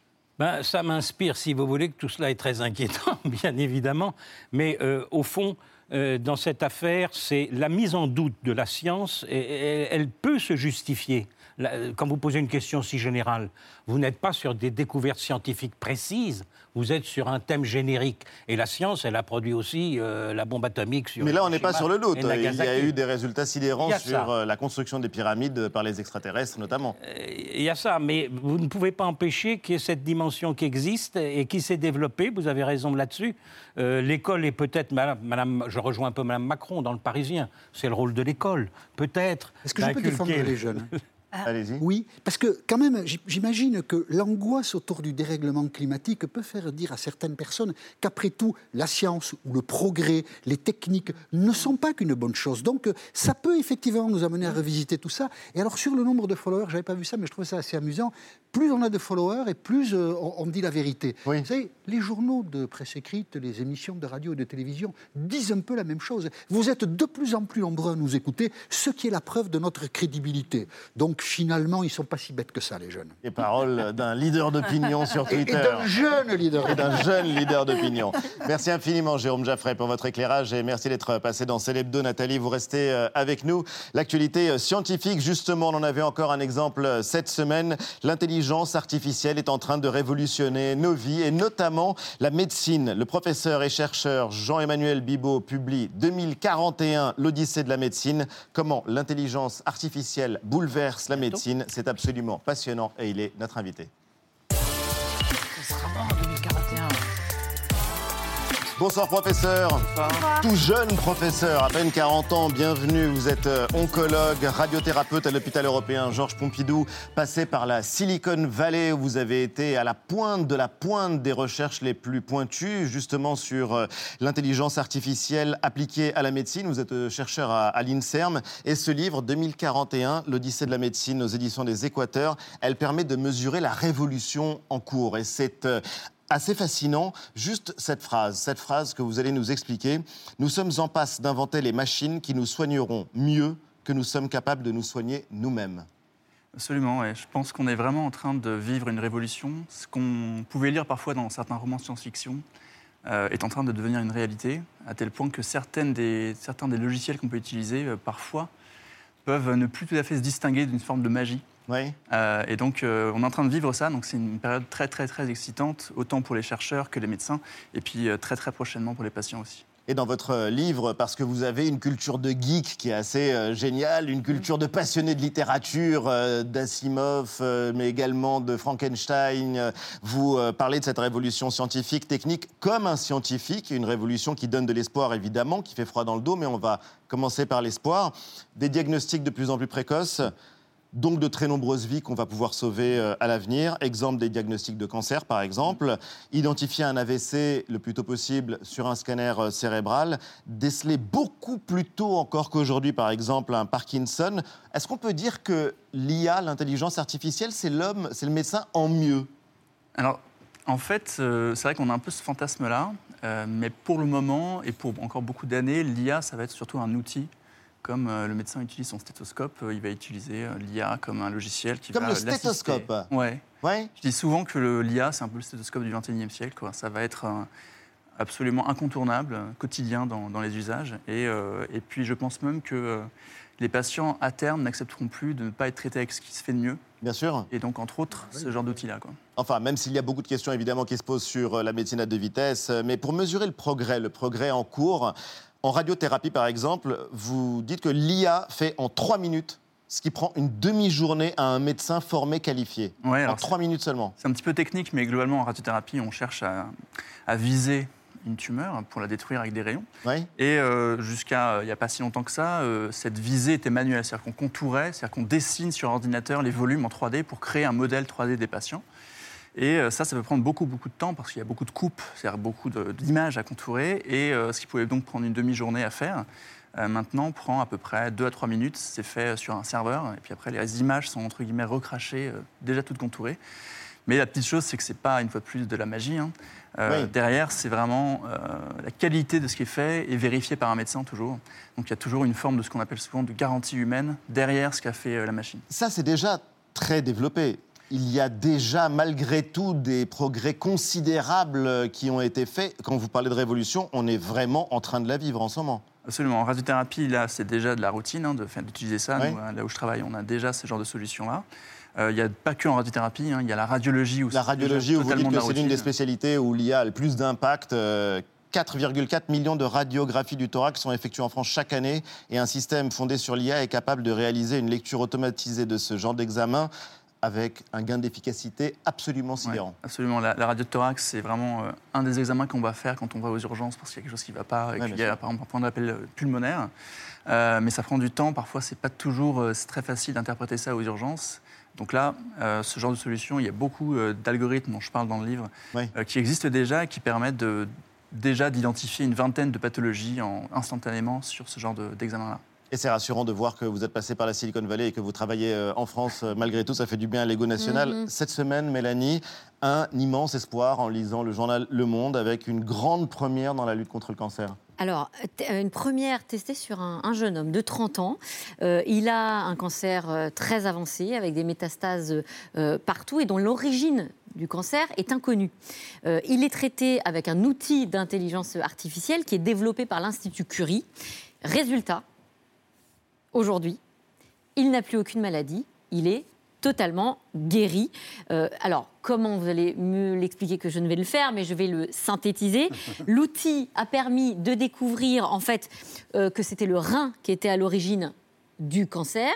Ça m'inspire, si vous voulez, que tout cela est très inquiétant, bien évidemment. Mais au fond, dans cette affaire, c'est la mise en doute de la science, et elle peut se justifier. Quand vous posez une question si générale, vous n'êtes pas sur des découvertes scientifiques précises, vous êtes sur un thème générique. Et la science, elle a produit aussi la bombe atomique sur... Mais là, on n'est pas sur le nôtre. Il y a eu des résultats sidérants sur la construction des pyramides par les extraterrestres, notamment. Il y a ça, mais vous ne pouvez pas empêcher qu'il y ait cette dimension qui existe et qui s'est développée. Vous avez raison là-dessus. L'école est peut-être... je rejoins un peu Mme Macron dans Le Parisien. C'est le rôle de l'école, peut-être. Est-ce que je peux défendre les jeunes ? Allez-y. Oui, parce que quand même, j'imagine que l'angoisse autour du dérèglement climatique peut faire dire à certaines personnes qu'après tout, la science ou le progrès, les techniques ne sont pas qu'une bonne chose. Donc, ça peut effectivement nous amener à revisiter tout ça. Et alors, sur le nombre de followers, je n'avais pas vu ça, mais je trouvais ça assez amusant. Plus on a de followers et plus on dit la vérité. Oui. Vous savez, les journaux de presse écrite, les émissions de radio et de télévision disent un peu la même chose. Vous êtes de plus en plus nombreux à nous écouter, ce qui est la preuve de notre crédibilité. Donc, finalement, ils ne sont pas si bêtes que ça, les jeunes. Les paroles d'un leader d'opinion sur Twitter. Et d'un jeune leader. Et d'un jeune leader d'opinion. Merci infiniment, Jérôme Jaffray, pour votre éclairage et merci d'être passé dans C'est l'Hebdo. Nathalie, vous restez avec nous. L'actualité scientifique, justement, on en avait encore un exemple cette semaine. L'intelligence artificielle est en train de révolutionner nos vies et notamment la médecine. Le professeur et chercheur Jean-Emmanuel Bibaud publie 2041, l'Odyssée de la médecine. Comment l'intelligence artificielle bouleverse la médecine. C'est absolument passionnant et il est notre invité. Ce sera bon en 2041. Bonsoir professeur. Bonsoir. Tout jeune professeur, à peine 40 ans, bienvenue. Vous êtes oncologue, radiothérapeute à l'hôpital européen Georges Pompidou, passé par la Silicon Valley où vous avez été à la pointe de la pointe des recherches les plus pointues, justement sur l'intelligence artificielle appliquée à la médecine. Vous êtes chercheur à l'INSERM et ce livre 2041, l'Odyssée de la médecine aux éditions des Équateurs, elle permet de mesurer la révolution en cours et c'est assez fascinant, juste cette phrase que vous allez nous expliquer. Nous sommes en passe d'inventer les machines qui nous soigneront mieux que nous sommes capables de nous soigner nous-mêmes. Absolument, ouais. Je pense qu'on est vraiment en train de vivre une révolution. Ce qu'on pouvait lire parfois dans certains romans science-fiction est en train de devenir une réalité, à tel point que certains des logiciels qu'on peut utiliser, parfois, peuvent ne plus tout à fait se distinguer d'une forme de magie. Oui. Et donc, on est en train de vivre ça. Donc, c'est une période très, très, très excitante, autant pour les chercheurs que les médecins, et puis très, très prochainement pour les patients aussi. Et dans votre livre, parce que vous avez une culture de geek qui est assez géniale, une culture de passionné de littérature, d'Asimov, mais également de Frankenstein, vous parlez de cette révolution scientifique, technique, comme un scientifique, une révolution qui donne de l'espoir évidemment, qui fait froid dans le dos, mais on va commencer par l'espoir. Des diagnostics de plus en plus précoces, donc de très nombreuses vies qu'on va pouvoir sauver à l'avenir. Exemple des diagnostics de cancer, par exemple. Identifier un AVC le plus tôt possible sur un scanner cérébral. Déceler beaucoup plus tôt encore qu'aujourd'hui, par exemple, un Parkinson. Est-ce qu'on peut dire que l'IA, l'intelligence artificielle, c'est l'homme, c'est le médecin en mieux? Alors, en fait, c'est vrai qu'on a un peu ce fantasme-là. Mais pour le moment, et pour encore beaucoup d'années, l'IA, ça va être surtout un outil. Comme le médecin utilise son stéthoscope, il va utiliser l'IA comme un logiciel qui comme va l'assister. Comme le stéthoscope. Ouais. Ouais. Je dis souvent que l'IA, c'est un peu le stéthoscope du XXIe siècle, quoi. Ça va être absolument incontournable, quotidien dans les usages. Et puis, je pense même que les patients, à terme, n'accepteront plus de ne pas être traités avec ce qui se fait de mieux. Bien sûr. Et donc, entre autres, ce genre d'outil-là, quoi. Enfin, même s'il y a beaucoup de questions, évidemment, qui se posent sur la médecine à deux vitesses, mais pour mesurer le progrès en cours, en radiothérapie, par exemple, vous dites que l'IA fait en 3 minutes ce qui prend une demi-journée à un médecin formé, qualifié. Ouais, en 3 minutes seulement. C'est un petit peu technique, mais globalement, en radiothérapie, on cherche à viser une tumeur pour la détruire avec des rayons. Oui. Et jusqu'à il n'y a pas si longtemps que ça, cette visée était manuelle. C'est-à-dire qu'on contourait, c'est-à-dire qu'on dessine sur ordinateur les volumes en 3D pour créer un modèle 3D des patients. Et ça peut prendre beaucoup de temps parce qu'il y a beaucoup de coupes, c'est-à-dire beaucoup d'images à contourer. Et ce qui pouvait donc prendre une demi-journée à faire, maintenant prend à peu près 2 à 3 minutes. C'est fait sur un serveur. Et puis après, les images sont entre guillemets recrachées, déjà toutes contourées. Mais la petite chose, c'est que ce n'est pas, une fois de plus, de la magie. Hein. Oui. Derrière, c'est vraiment la qualité de ce qui est fait est vérifiée par un médecin toujours. Donc il y a toujours une forme de ce qu'on appelle souvent de garantie humaine derrière ce qu'a fait la machine. Ça, c'est déjà très développé. Il y a déjà, malgré tout, des progrès considérables qui ont été faits. Quand vous parlez de révolution, on est vraiment en train de la vivre en ce moment. Absolument. En radiothérapie, là, c'est déjà de la routine d'utiliser ça. Oui. Nous, là où je travaille, on a déjà ce genre de solutions-là. Il n'y a pas que en radiothérapie, il y a la radiologie aussi. La radiologie, où vous dites que c'est l'une des spécialités où l'IA a le plus d'impact. 4,4 millions de radiographies du thorax sont effectuées en France chaque année. Et un système fondé sur l'IA est capable de réaliser une lecture automatisée de ce genre d'examen, avec un gain d'efficacité absolument sidérant. Ouais, absolument. La radio de thorax, c'est vraiment un des examens qu'on va faire quand on va aux urgences parce qu'il y a quelque chose qui ne va pas, et qu'il y a par exemple un point d'appel pulmonaire. Mais ça prend du temps. Parfois, c'est pas toujours très facile d'interpréter ça aux urgences. Donc là, ce genre de solution, il y a beaucoup d'algorithmes dont je parle dans le livre qui existent déjà et qui permettent déjà d'identifier une vingtaine de pathologies instantanément sur ce genre d'examen-là. Et c'est rassurant de voir que vous êtes passé par la Silicon Valley et que vous travaillez en France. Malgré tout, ça fait du bien à l'ego national. Cette semaine, Mélanie, un immense espoir en lisant le journal Le Monde avec une grande première dans la lutte contre le cancer. Alors, une première testée sur un jeune homme de 30 ans. Il a un cancer très avancé avec des métastases partout et dont l'origine du cancer est inconnue. Il est traité avec un outil d'intelligence artificielle qui est développé par l'Institut Curie. Résultat, aujourd'hui, il n'a plus aucune maladie, il est totalement guéri. Alors, comment vous allez me l'expliquer que je ne vais le faire, mais je vais le synthétiser. L'outil a permis de découvrir, en fait, que c'était le rein qui était à l'origine du cancer.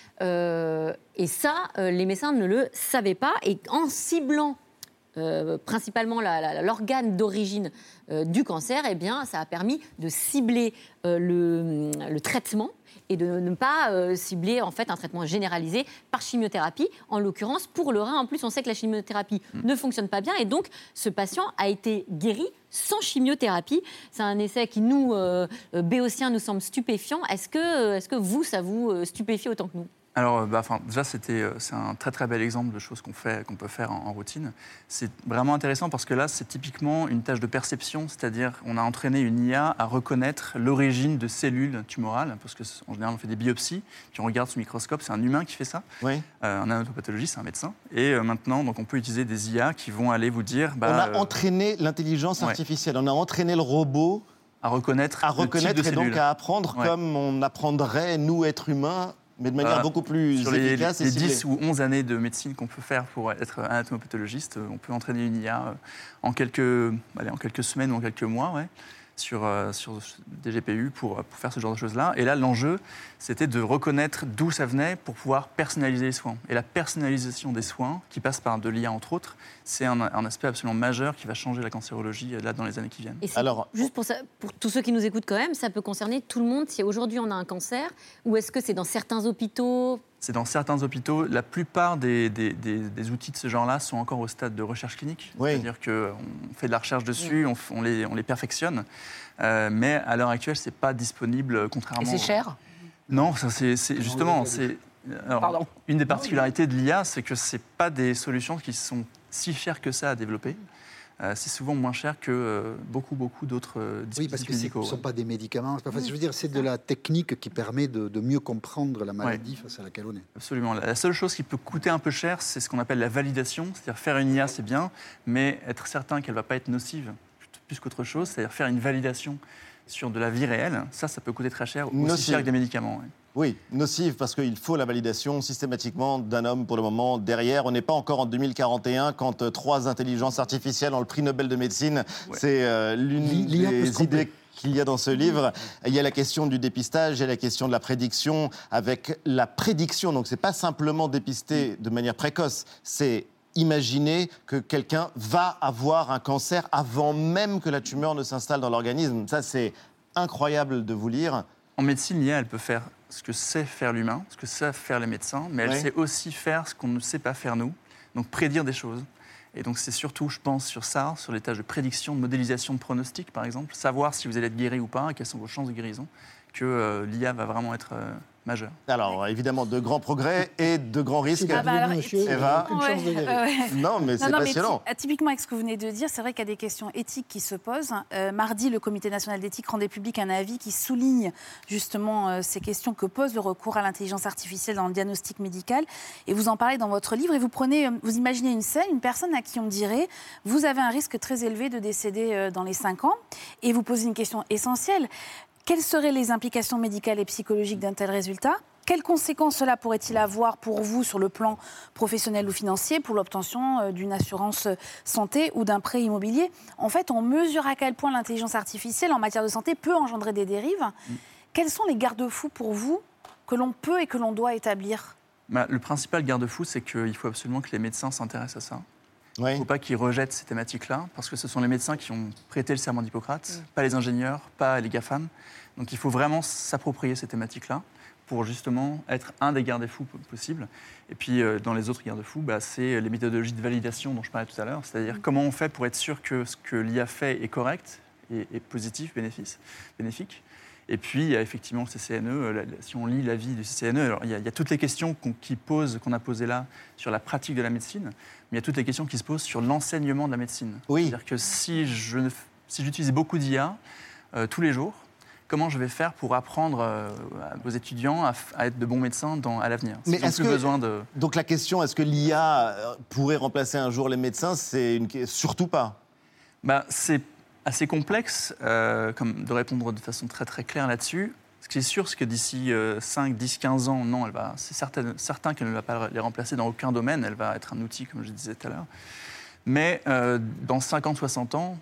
Et ça, les médecins ne le savaient pas. Et en ciblant principalement l'organe d'origine du cancer, eh bien, ça a permis de cibler le traitement et de ne pas cibler en fait, un traitement généralisé par chimiothérapie. En l'occurrence, pour le rein, en plus, on sait que la chimiothérapie ne fonctionne pas bien. Et donc, ce patient a été guéri sans chimiothérapie. C'est un essai qui, nous, béotiens, nous semble stupéfiant. Est-ce que vous, ça vous stupéfie autant que nous ? Alors, déjà, c'est un très très bel exemple de choses qu'on peut faire en routine. C'est vraiment intéressant parce que là, c'est typiquement une tâche de perception, c'est-à-dire on a entraîné une IA à reconnaître l'origine de cellules tumorales, parce qu'en général, on fait des biopsies, puis on regarde sous microscope, c'est un humain qui fait ça, un anatopathologiste, c'est un médecin. Et maintenant, donc, on peut utiliser des IA qui vont aller vous dire... on a entraîné l'intelligence artificielle, on a entraîné le robot à reconnaître et donc à apprendre comme on apprendrait, nous, êtres humains, mais de manière beaucoup plus sur efficace les 10 ou 11 années de médecine qu'on peut faire pour être anatomopathologiste, on peut entraîner une IA en quelques semaines ou en quelques mois. Ouais. sur des GPU pour faire ce genre de choses-là. Et là, l'enjeu, c'était de reconnaître d'où ça venait pour pouvoir personnaliser les soins. Et la personnalisation des soins, qui passe par de l'IA entre autres, c'est un aspect absolument majeur qui va changer la cancérologie là, dans les années qui viennent. Et juste pour tous ceux qui nous écoutent quand même, ça peut concerner tout le monde si aujourd'hui on a un cancer, ou est-ce que c'est dans certains hôpitaux ? C'est dans certains hôpitaux. La plupart des outils de ce genre-là sont encore au stade de recherche clinique. Oui. C'est-à-dire qu'on fait de la recherche dessus, on les perfectionne. Mais à l'heure actuelle, ce n'est pas disponible, contrairement... Et c'est cher ? Non, c'est justement... Alors, une des particularités de l'IA, c'est que ce n'est pas des solutions qui sont si chères que ça à développer. C'est souvent moins cher que beaucoup d'autres dispositifs médicaux. Ce ne sont pas des médicaments. Je veux dire, c'est de la technique qui permet de mieux comprendre la maladie face à laquelle on est. Absolument. La seule chose qui peut coûter un peu cher, c'est ce qu'on appelle la validation. C'est-à-dire faire une IA, c'est bien, mais être certain qu'elle ne va pas être nocive plus qu'autre chose, c'est-à-dire faire une validation sur de la vie réelle, ça peut coûter très cher, aussi cher que des médicaments. Ouais. Oui, nocive, parce qu'il faut la validation systématiquement d'un homme pour le moment derrière. On n'est pas encore en 2041 quand 3 intelligences artificielles ont le prix Nobel de médecine. Ouais. C'est l'une des idées qu'il y a dans ce livre. Il y a la question du dépistage, il y a la question de la prédiction. Avec la prédiction, donc c'est pas simplement dépister de manière précoce, c'est imaginer que quelqu'un va avoir un cancer avant même que la tumeur ne s'installe dans l'organisme. Ça, c'est incroyable de vous lire. En médecine, l'IA, elle peut faire ce que sait faire l'humain, ce que savent faire les médecins, mais elle sait aussi faire ce qu'on ne sait pas faire nous, donc prédire des choses. Et donc c'est surtout, je pense, sur ça, sur les tâches de prédiction, de modélisation de pronostic, par exemple, savoir si vous allez être guéri ou pas, et quelles sont vos chances de guérison, que l'IA va vraiment être majeure. Alors, évidemment, de grands progrès et de grands risques. Monsieur, Eva, non, mais c'est passionnant. Typiquement, avec ce que vous venez de dire, c'est vrai qu'il y a des questions éthiques qui se posent. Mardi, le Comité national d'éthique rendait public un avis qui souligne justement ces questions que pose le recours à l'intelligence artificielle dans le diagnostic médical. Et vous en parlez dans votre livre et vous imaginez une scène, une personne à qui on dirait « Vous avez un risque très élevé de décéder dans les 5 ans » et vous posez une question essentielle. Quelles seraient les implications médicales et psychologiques d'un tel résultat ? Quelles conséquences cela pourrait-il avoir pour vous sur le plan professionnel ou financier pour l'obtention d'une assurance santé ou d'un prêt immobilier ? En fait, on mesure à quel point l'intelligence artificielle en matière de santé peut engendrer des dérives. Quels sont les garde-fous pour vous que l'on peut et que l'on doit établir ? Le principal garde-fou, c'est qu'il faut absolument que les médecins s'intéressent à ça. Il ne faut pas qu'ils rejettent ces thématiques-là, parce que ce sont les médecins qui ont prêté le serment d'Hippocrate, pas les ingénieurs, pas les GAFAM. Donc il faut vraiment s'approprier ces thématiques-là pour justement être un des garde-fous possibles. Et puis dans les autres garde-fous, c'est les méthodologies de validation dont je parlais tout à l'heure, c'est-à-dire comment on fait pour être sûr que ce que l'IA fait est correct et positif, bénéfique. Et puis, il y a effectivement le CCNE. Si on lit l'avis du CCNE, alors il y a toutes les questions qu'on a posées là sur la pratique de la médecine, mais il y a toutes les questions qui se posent sur l'enseignement de la médecine. Oui. C'est-à-dire que si j'utilise beaucoup d'IA tous les jours, comment je vais faire pour apprendre aux étudiants à être de bons médecins à l'avenir ? Mais donc la question, est-ce que l'IA pourrait remplacer un jour les médecins ? Surtout pas. C'est assez complexe comme de répondre de façon très très claire là-dessus. Ce qui est sûr, c'est que d'ici 5, 10, 15 ans, non, c'est certain qu'elle ne va pas les remplacer dans aucun domaine. Elle va être un outil, comme je disais tout à l'heure. Mais dans 50, 60 ans,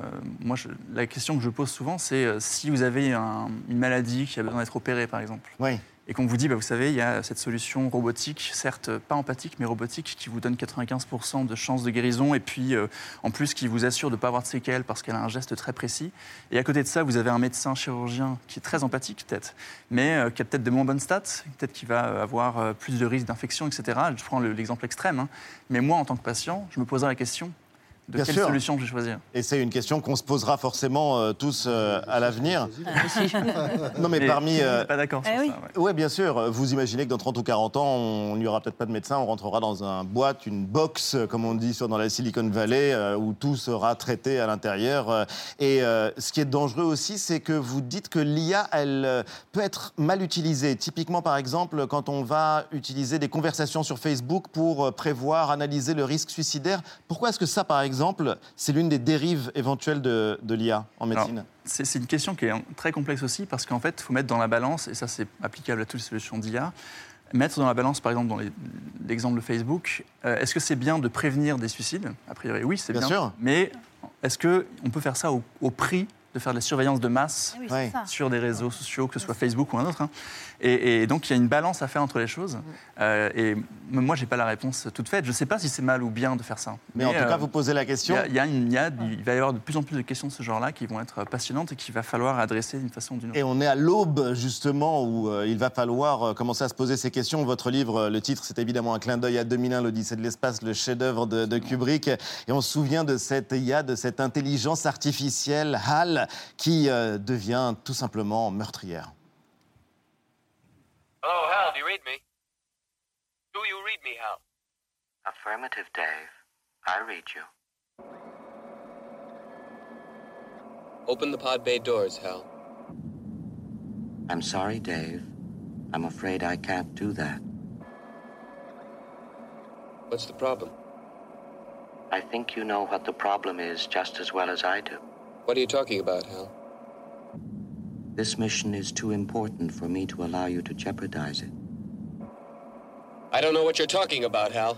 la question que je pose souvent, c'est si vous avez une maladie qui a besoin d'être opérée, par exemple. Oui. Et qu'on vous dit, vous savez, il y a cette solution robotique, certes pas empathique, mais robotique, qui vous donne 95% de chances de guérison, et puis en plus qui vous assure de ne pas avoir de séquelles parce qu'elle a un geste très précis. Et à côté de ça, vous avez un médecin chirurgien qui est très empathique, peut-être, mais qui a peut-être de moins bonnes stats, peut-être qu'il va avoir plus de risques d'infection, etc. Je prends l'exemple extrême, mais moi, en tant que patient, je me poserai la question de quelle solution je vais choisir. Et c'est une question qu'on se posera forcément tous à l'avenir. Non, mais parmi... pas d'accord sur ça. Oui, bien sûr. Vous imaginez que dans 30 ou 40 ans, on n'y aura peut-être pas de médecin, on rentrera dans une box, comme on dit dans la Silicon Valley, où tout sera traité à l'intérieur. Et ce qui est dangereux aussi, c'est que vous dites que l'IA, elle peut être mal utilisée. Typiquement, par exemple, quand on va utiliser des conversations sur Facebook pour prévoir, analyser le risque suicidaire. Pourquoi est-ce que ça, par exemple, c'est l'une des dérives éventuelles de l'IA en médecine ? C'est une question qui est très complexe aussi, parce qu'en fait, il faut mettre dans la balance, et ça c'est applicable à toutes les solutions d'IA, mettre dans la balance, par exemple, dans l'exemple de Facebook, est-ce que c'est bien de prévenir des suicides ? A priori, oui, c'est bien. Sûr. Mais est-ce qu'on peut faire ça au prix de faire de la surveillance de masse Oui, c'est ça. sur des réseaux sociaux, que ce soit Facebook ou un autre. Et donc, il y a une balance à faire entre les choses. Et moi, je n'ai pas la réponse toute faite. Je ne sais pas si c'est mal ou bien de faire ça. Mais en tout cas, vous posez la question. Il va y avoir de plus en plus de questions de ce genre-là qui vont être passionnantes et qu'il va falloir adresser d'une façon ou d'une autre. Et on est à l'aube, justement, où il va falloir commencer à se poser ces questions. Votre livre, le titre, c'est évidemment un clin d'œil à 2001, l'Odyssée de l'espace, le chef-d'œuvre de Kubrick. Et on se souvient de cette IA, de cette intelligence artificielle, HAL, qui devient tout simplement meurtrière. Hello, Hal, do you read me? Do you read me, Hal? Affirmative, Dave. I read you. Open the pod bay doors, Hal. I'm sorry, Dave. I'm afraid I can't do that. What's the problem? I think you know what the problem is just as well as I do. What are you talking about, Hal? This mission is too important for me to allow you to jeopardize it. I don't know what you're talking about, Hal.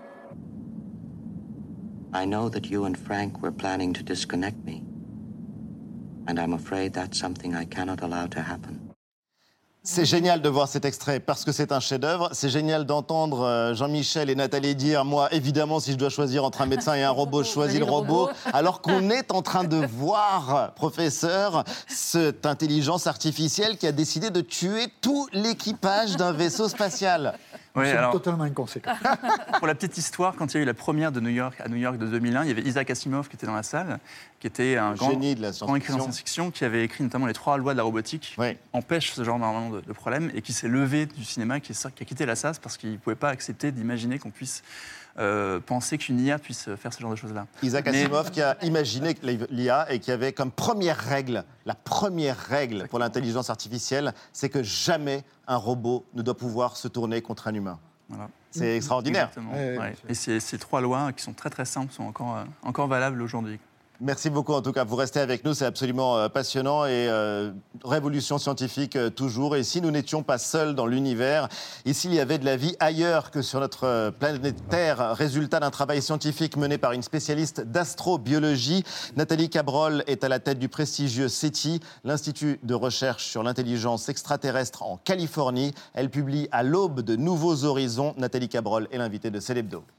I know that you and Frank were planning to disconnect me. And I'm afraid that's something I cannot allow to happen. C'est génial de voir cet extrait parce que c'est un chef-d'œuvre. C'est génial d'entendre Jean-Michel et Nathalie dire « Moi, évidemment, si je dois choisir entre un médecin et un robot, je choisis le robot. » Alors qu'on est en train de voir, professeur, cette intelligence artificielle qui a décidé de tuer tout l'équipage d'un vaisseau spatial. Oui, alors... totalement inconséquent. Pour la petite histoire, quand il y a eu la première de New York, à New York de 2001, il y avait Isaac Asimov qui était dans la salle, qui était un grand écrivain de science-fiction, qui avait écrit notamment les 3 lois de la robotique, qui empêchent ce genre normalement de problème, et qui s'est levé du cinéma, qui a quitté la SAS parce qu'il ne pouvait pas accepter d'imaginer qu'on puisse penser qu'une IA puisse faire ce genre de choses-là. Isaac Asimov qui a imaginé l'IA et qui avait comme première règle, la première règle pour l'intelligence artificielle, c'est que jamais un robot ne doit pouvoir se tourner contre un humain. Voilà. C'est extraordinaire. Ouais. Et ces 3 lois qui sont très très simples sont encore valables aujourd'hui. Merci beaucoup en tout cas, vous restez avec nous, c'est absolument passionnant et révolution scientifique toujours. Et si nous n'étions pas seuls dans l'univers, et s'il y avait de la vie ailleurs que sur notre planète Terre, résultat d'un travail scientifique mené par une spécialiste d'astrobiologie, Nathalie Cabrol est à la tête du prestigieux SETI, l'Institut de recherche sur l'intelligence extraterrestre en Californie. Elle publie à l'aube de nouveaux horizons. Nathalie Cabrol est l'invitée de C'est l'Hebdo.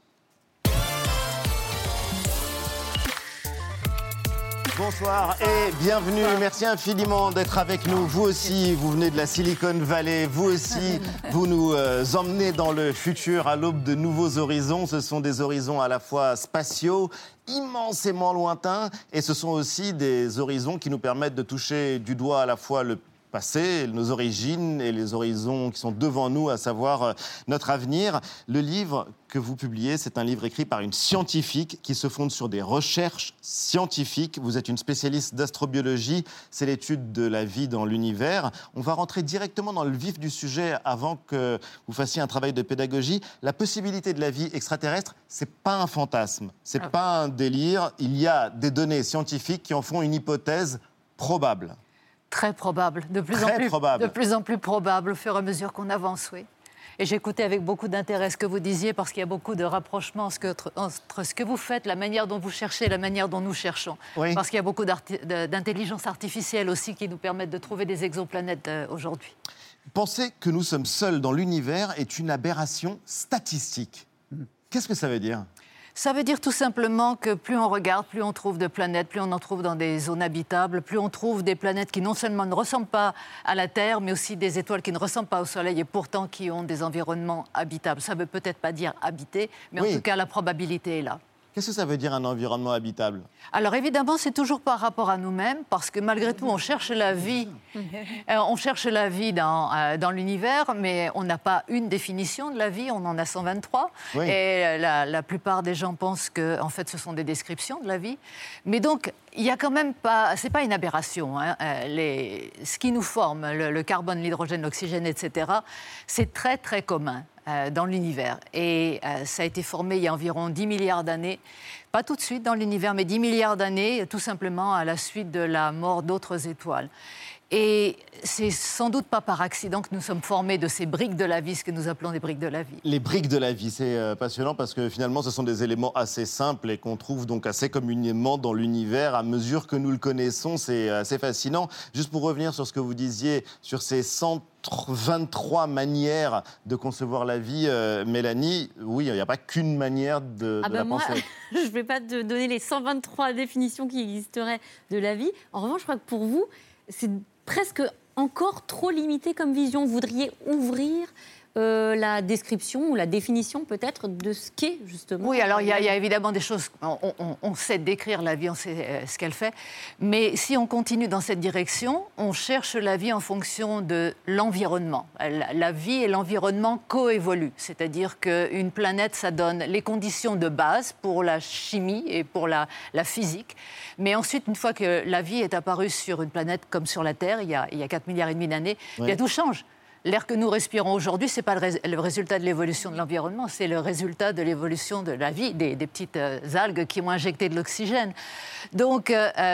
Bonsoir et bienvenue. Merci infiniment d'être avec nous. Vous aussi, vous venez de la Silicon Valley. Vous aussi, vous nous emmenez dans le futur à l'aube de nouveaux horizons. Ce sont des horizons à la fois spatiaux, immensément lointains, et ce sont aussi des horizons qui nous permettent de toucher du doigt à la fois le passé, nos origines et les horizons qui sont devant nous, à savoir notre avenir. Le livre que vous publiez, c'est un livre écrit par une scientifique qui se fonde sur des recherches scientifiques. Vous êtes une spécialiste d'astrobiologie, c'est l'étude de la vie dans l'univers. On va rentrer directement dans le vif du sujet avant que vous fassiez un travail de pédagogie. La possibilité de la vie extraterrestre, c'est pas un fantasme, c'est pas un délire. Il y a des données scientifiques qui en font une hypothèse probable. Très probable, de plus en plus probable au fur et à mesure qu'on avance, oui. Et j'écoutais avec beaucoup d'intérêt ce que vous disiez parce qu'il y a beaucoup de rapprochements entre ce que vous faites, la manière dont vous cherchez, la manière dont nous cherchons. Oui. Parce qu'il y a beaucoup d'intelligence artificielle aussi qui nous permettent de trouver des exoplanètes aujourd'hui. Penser que nous sommes seuls dans l'univers est une aberration statistique. Qu'est-ce que ça veut dire ? Ça veut dire tout simplement que plus on regarde, plus on trouve de planètes, plus on en trouve dans des zones habitables, plus on trouve des planètes qui non seulement ne ressemblent pas à la Terre, mais aussi des étoiles qui ne ressemblent pas au Soleil et pourtant qui ont des environnements habitables. Ça ne veut peut-être pas dire habiter, mais en tout cas la probabilité est là. Qu'est-ce que ça veut dire un environnement habitable ? Alors évidemment, c'est toujours par rapport à nous-mêmes, parce que malgré tout, on cherche la vie. On cherche la vie dans l'univers, mais on n'a pas une définition de la vie, on en a 123. Oui. Et la plupart des gens pensent que, en fait, ce sont des descriptions de la vie. Mais donc, il y a quand même pas, c'est pas une aberration. Hein. Ce qui nous forme, le carbone, l'hydrogène, l'oxygène, etc., c'est très très commun dans l'univers. Et ça a été formé il y a environ 10 milliards d'années. Pas tout de suite dans l'univers, mais 10 milliards d'années, tout simplement à la suite de la mort d'autres étoiles. Et c'est sans doute pas par accident que nous sommes formés de ces briques de la vie, ce que nous appelons des briques de la vie. Les briques de la vie, c'est passionnant parce que finalement, ce sont des éléments assez simples et qu'on trouve donc assez communément dans l'univers à mesure que nous le connaissons. C'est assez fascinant. Juste pour revenir sur ce que vous disiez, sur ces 123 manières de concevoir la vie, Mélanie, oui, il n'y a pas qu'une manière de la penser. Je ne vais pas te donner les 123 définitions qui existeraient de la vie. En revanche, je crois que pour vous, c'est presque encore trop limité comme vision. Vous voudriez ouvrir la description ou la définition peut-être de ce qu'est justement... Oui, alors il y a évidemment des choses, on sait décrire la vie, on sait ce qu'elle fait, mais si on continue dans cette direction, on cherche la vie en fonction de l'environnement. La vie et l'environnement coévoluent, c'est-à-dire qu'une planète, ça donne les conditions de base pour la chimie et pour la physique, mais ensuite, une fois que la vie est apparue sur une planète comme sur la Terre, il y a 4,5 milliards d'années, bien tout change. L'air que nous respirons aujourd'hui, ce n'est pas le résultat de l'évolution de l'environnement, c'est le résultat de l'évolution de la vie, des petites algues qui ont injecté de l'oxygène. Donc,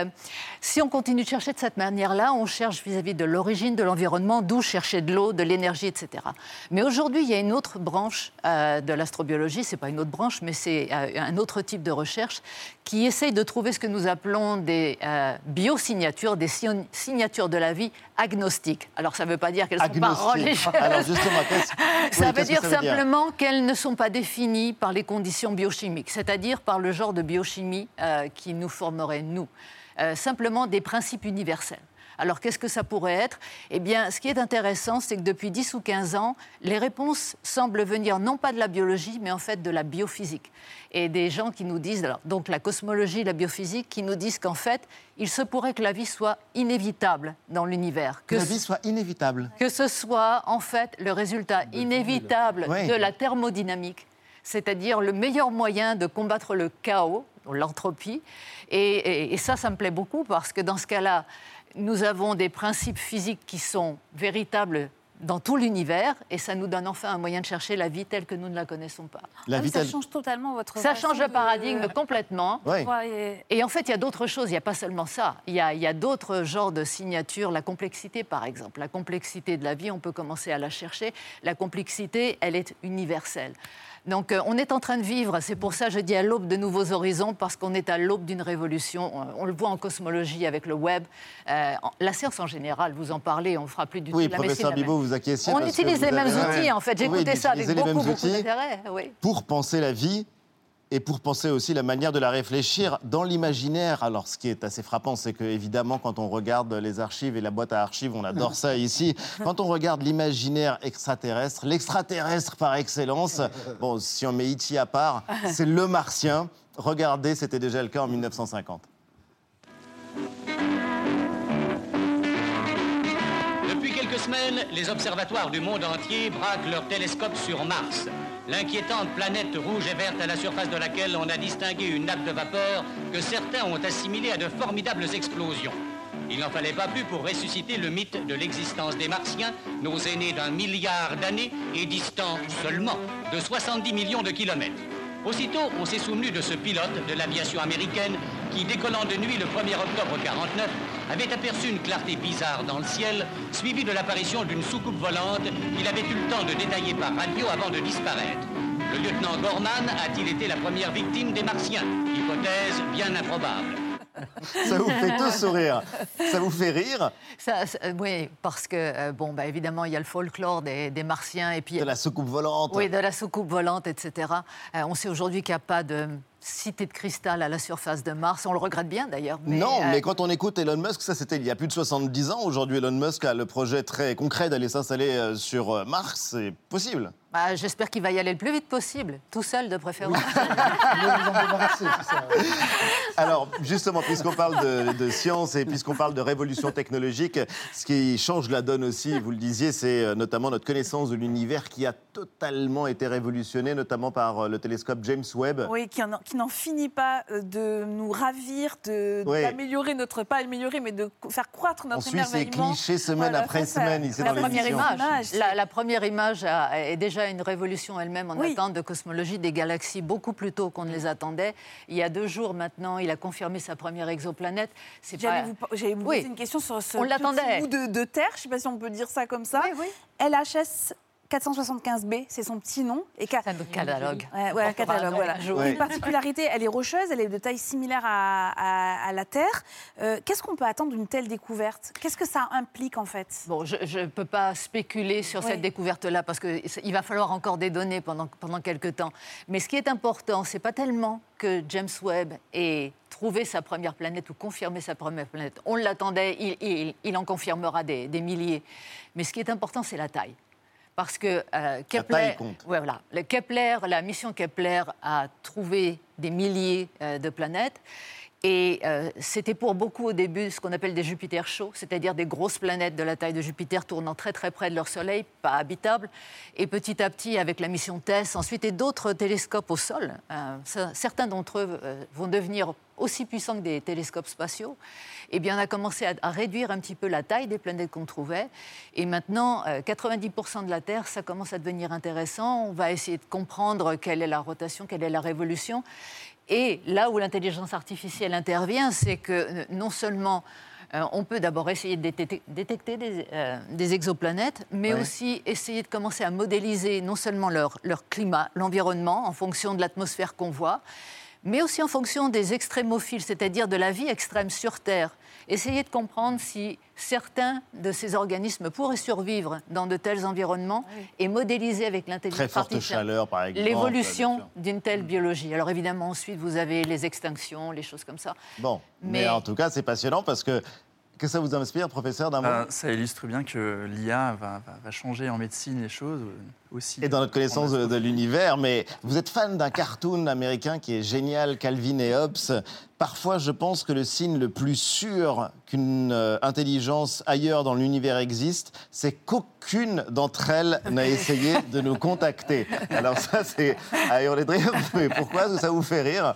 si on continue de chercher de cette manière-là, on cherche vis-à-vis de l'origine de l'environnement, d'où chercher de l'eau, de l'énergie, etc. Mais aujourd'hui, il y a une autre branche de l'astrobiologie, ce n'est pas une autre branche, mais c'est un autre type de recherche qui essaye de trouver ce que nous appelons des biosignatures, des signatures de la vie agnostiques. Alors, ça ne veut pas dire qu'elles sont pas religieuses. Alors justement, ça veut dire simplement qu'elles ne sont pas définies par les conditions biochimiques, c'est-à-dire par le genre de biochimie qui nous formerait, nous. Simplement des principes universels. Alors, qu'est-ce que ça pourrait être ? Eh bien, ce qui est intéressant, c'est que depuis 10 ou 15 ans, les réponses semblent venir non pas de la biologie, mais en fait de la biophysique. Et des gens qui nous disent, alors, donc la cosmologie, la biophysique, qui nous disent qu'en fait, il se pourrait que la vie soit inévitable dans l'univers. Que la vie soit inévitable. Que ce soit, en fait, le résultat inévitable de la thermodynamique, c'est-à-dire le meilleur moyen de combattre le chaos, l'entropie. Et ça me plaît beaucoup, parce que dans ce cas-là, nous avons des principes physiques qui sont véritables dans tout l'univers, et ça nous donne enfin un moyen de chercher la vie telle que nous ne la connaissons pas. Ça change totalement votre Ça change le paradigme complètement. Oui. Et en fait, il y a d'autres choses, il n'y a pas seulement ça. Il y a d'autres genres de signatures, la complexité par exemple. La complexité de la vie, on peut commencer à la chercher. La complexité, elle est universelle. Donc on est en train de vivre, c'est pour ça que je dis à l'aube de nouveaux horizons, parce qu'on est à l'aube d'une révolution. On le voit en cosmologie avec le web. La science en général, vous en parlez, on ne fera plus du tout oui, de la médecine. professeur Bibot, vous acquiescez. On utilise les mêmes outils, en fait. J'écoutais ça avec beaucoup d'intérêt. Oui. Pour penser la vie et pour penser aussi la manière de la réfléchir dans l'imaginaire. Alors, ce qui est assez frappant, c'est que évidemment, quand on regarde les archives et la boîte à archives, on adore ça ici. Quand on regarde l'imaginaire extraterrestre, l'extraterrestre par excellence, bon, si on met E.T. à part, c'est le Martien. Regardez, c'était déjà le cas en 1950. Depuis quelques semaines, les observatoires du monde entier braquent leurs télescopes sur Mars. L'inquiétante planète rouge et verte à la surface de laquelle on a distingué une nappe de vapeur que certains ont assimilée à de formidables explosions. Il n'en fallait pas plus pour ressusciter le mythe de l'existence des Martiens, nos aînés d'1 milliard d'années et distants seulement de 70 millions de kilomètres. Aussitôt, on s'est souvenu de ce pilote de l'aviation américaine qui, décollant de nuit le 1er octobre 1949, avait aperçu une clarté bizarre dans le ciel, suivie de l'apparition d'une soucoupe volante qu'il avait eu le temps de détailler par radio avant de disparaître. Le lieutenant Gorman a-t-il été la première victime des Martiens? Hypothèse bien improbable. Ça vous fait tous sourire. Ça vous fait rire? Oui, parce que, évidemment, il y a le folklore des Martiens. Et puis, de la soucoupe volante. Oui, de la soucoupe volante, etc. On sait aujourd'hui qu'il n'y a pas de cité de cristal à la surface de Mars. On le regrette bien, d'ailleurs. Non, mais quand on écoute Elon Musk, ça c'était il y a plus de 70 ans. Aujourd'hui, Elon Musk a le projet très concret d'aller s'installer sur Mars. C'est possible. J'espère qu'il va y aller le plus vite possible, tout seul de préférence. Alors, justement, puisqu'on parle de science et puisqu'on parle de révolution technologique, ce qui change la donne aussi, vous le disiez, c'est notamment notre connaissance de l'univers qui a totalement été révolutionnée, notamment par le télescope James Webb. Oui, qui n'en finit pas de nous ravir, d'améliorer notre... Pas améliorer, mais de faire croître notre émerveillement. On suit ces clichés semaine après semaine. La première image est déjà déjà une révolution elle-même en attente de cosmologie des galaxies beaucoup plus tôt qu'on ne les attendait. Il y a 2 jours maintenant, il a confirmé sa première exoplanète. J'allais vous poser une question sur ce petit bout de Terre, je ne sais pas si on peut dire ça comme ça. LHS 475b, c'est son petit nom. C'est un catalogue. Ouais, catalogue, voilà. Une particularité, elle est rocheuse, elle est de taille similaire à la Terre. Qu'est-ce qu'on peut attendre d'une telle découverte? Qu'est-ce que ça implique en fait? Bon, je ne peux pas spéculer sur cette découverte-là parce qu'il va falloir encore des données pendant quelques temps. Mais ce qui est important, ce n'est pas tellement que James Webb ait trouvé sa première planète ou confirmé sa première planète. On l'attendait, il en confirmera des milliers. Mais ce qui est important, c'est la taille. Parce que la mission Kepler a trouvé des milliers de planètes. Et c'était pour beaucoup au début ce qu'on appelle des Jupiters chauds, c'est-à-dire des grosses planètes de la taille de Jupiter tournant très très près de leur Soleil, pas habitables. Et petit à petit, avec la mission TESS, ensuite, et d'autres télescopes au sol, certains d'entre eux vont devenir aussi puissants que des télescopes spatiaux. Eh bien, on a commencé à réduire un petit peu la taille des planètes qu'on trouvait. Et maintenant, 90% de la Terre, ça commence à devenir intéressant. On va essayer de comprendre quelle est la rotation, quelle est la révolution. Et là où l'intelligence artificielle intervient, c'est que non seulement on peut d'abord essayer de détecter des exoplanètes, mais aussi essayer de commencer à modéliser non seulement leur climat, l'environnement, en fonction de l'atmosphère qu'on voit, mais aussi en fonction des extrémophiles, c'est-à-dire de la vie extrême sur Terre. Essayer de comprendre si certains de ces organismes pourraient survivre dans de tels environnements et modéliser avec l'intelligence artificielle très forte chaleur, par exemple, l'évolution d'une telle biologie. Alors évidemment, ensuite, vous avez les extinctions, les choses comme ça. Bon, mais en tout cas, c'est passionnant parce que... Que ça vous inspire, professeur, d'un mot? Ça illustre bien que l'IA va changer en médecine les choses aussi. Et dans notre connaissance de l'univers, mais vous êtes fan d'un cartoon américain qui est génial, Calvin et Hobbes. Parfois, je pense que le signe le plus sûr qu'une intelligence ailleurs dans l'univers existe, c'est qu'aucune d'entre elles n'a essayé de nous contacter. Alors ça, c'est à hurler de rire. Mais pourquoi ça vous fait rire?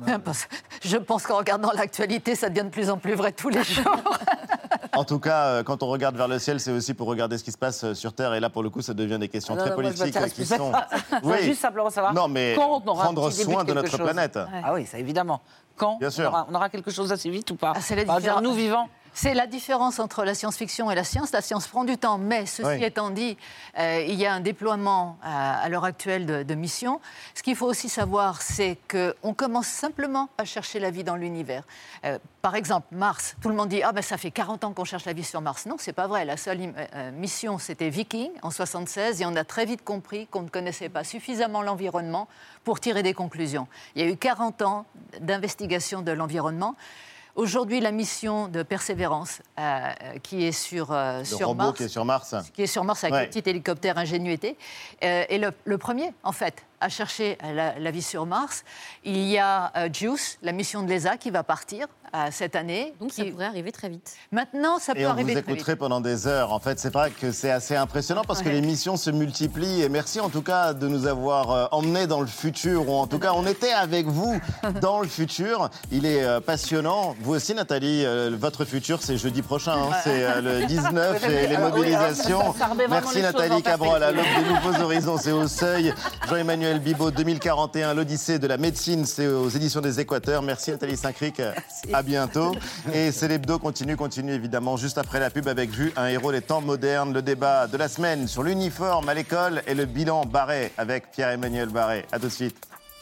Je pense qu'en regardant l'actualité, ça devient de plus en plus vrai tous les jours. En tout cas, quand on regarde vers le ciel, c'est aussi pour regarder ce qui se passe sur Terre. Et là, pour le coup, ça devient des questions très politiques qui sont... Je veux juste simplement savoir quand on aura prendre soin de notre planète. Ah oui, ça évidemment. Quand Bien sûr. On aura quelque chose assez vite ou pas? C'est la différence. Nous vivants. C'est la différence entre la science-fiction et la science. La science prend du temps, mais ceci étant dit, il y a un déploiement à l'heure actuelle de missions. Ce qu'il faut aussi savoir, c'est qu'on commence simplement à chercher la vie dans l'univers. Par exemple, Mars. Tout le monde dit « Ah ben ça fait 40 ans qu'on cherche la vie sur Mars ». Non, c'est pas vrai. La seule mission, c'était Viking, en 1976, et on a très vite compris qu'on ne connaissait pas suffisamment l'environnement pour tirer des conclusions. Il y a eu 40 ans d'investigation de l'environnement. Aujourd'hui, la mission de Persévérance, qui est sur Mars, qui est sur Mars, avec le petit hélicoptère Ingénuité, est le premier, en fait, à chercher la vie sur Mars. Il y a JUICE, la mission de l'ESA, qui va partir cette année. Donc ça pourrait arriver très vite. Maintenant, ça peut arriver très vite. Et on vous écouterait pendant des heures. En fait, c'est vrai que c'est assez impressionnant parce que les missions se multiplient. Et merci en tout cas de nous avoir emmenés dans le futur. Ou en tout cas, on était avec vous dans le futur. Il est passionnant. Vous aussi, Nathalie, votre futur, c'est jeudi prochain. C'est le 19 et les mobilisations. Merci Nathalie Cabrol. À l'aube des nouveaux horizons, c'est au Seuil. Jean-Emmanuel Bibaud, 2041, l'Odyssée de la médecine, c'est aux éditions des Équateurs. Merci Nathalie Saint-Cric. À bientôt. Et c'est l'hebdo continue évidemment juste après la pub avec Vue, un héros des temps modernes, le débat de la semaine sur l'uniforme à l'école et le bilan Barret avec Pierre-Emmanuel Barret. À tout de suite.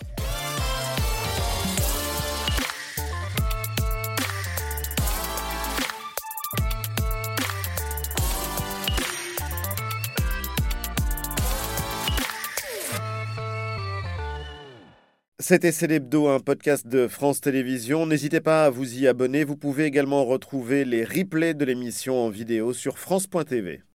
C'était C'est l'Hebdo, un podcast de France Télévisions. N'hésitez pas à vous y abonner. Vous pouvez également retrouver les replays de l'émission en vidéo sur France.tv.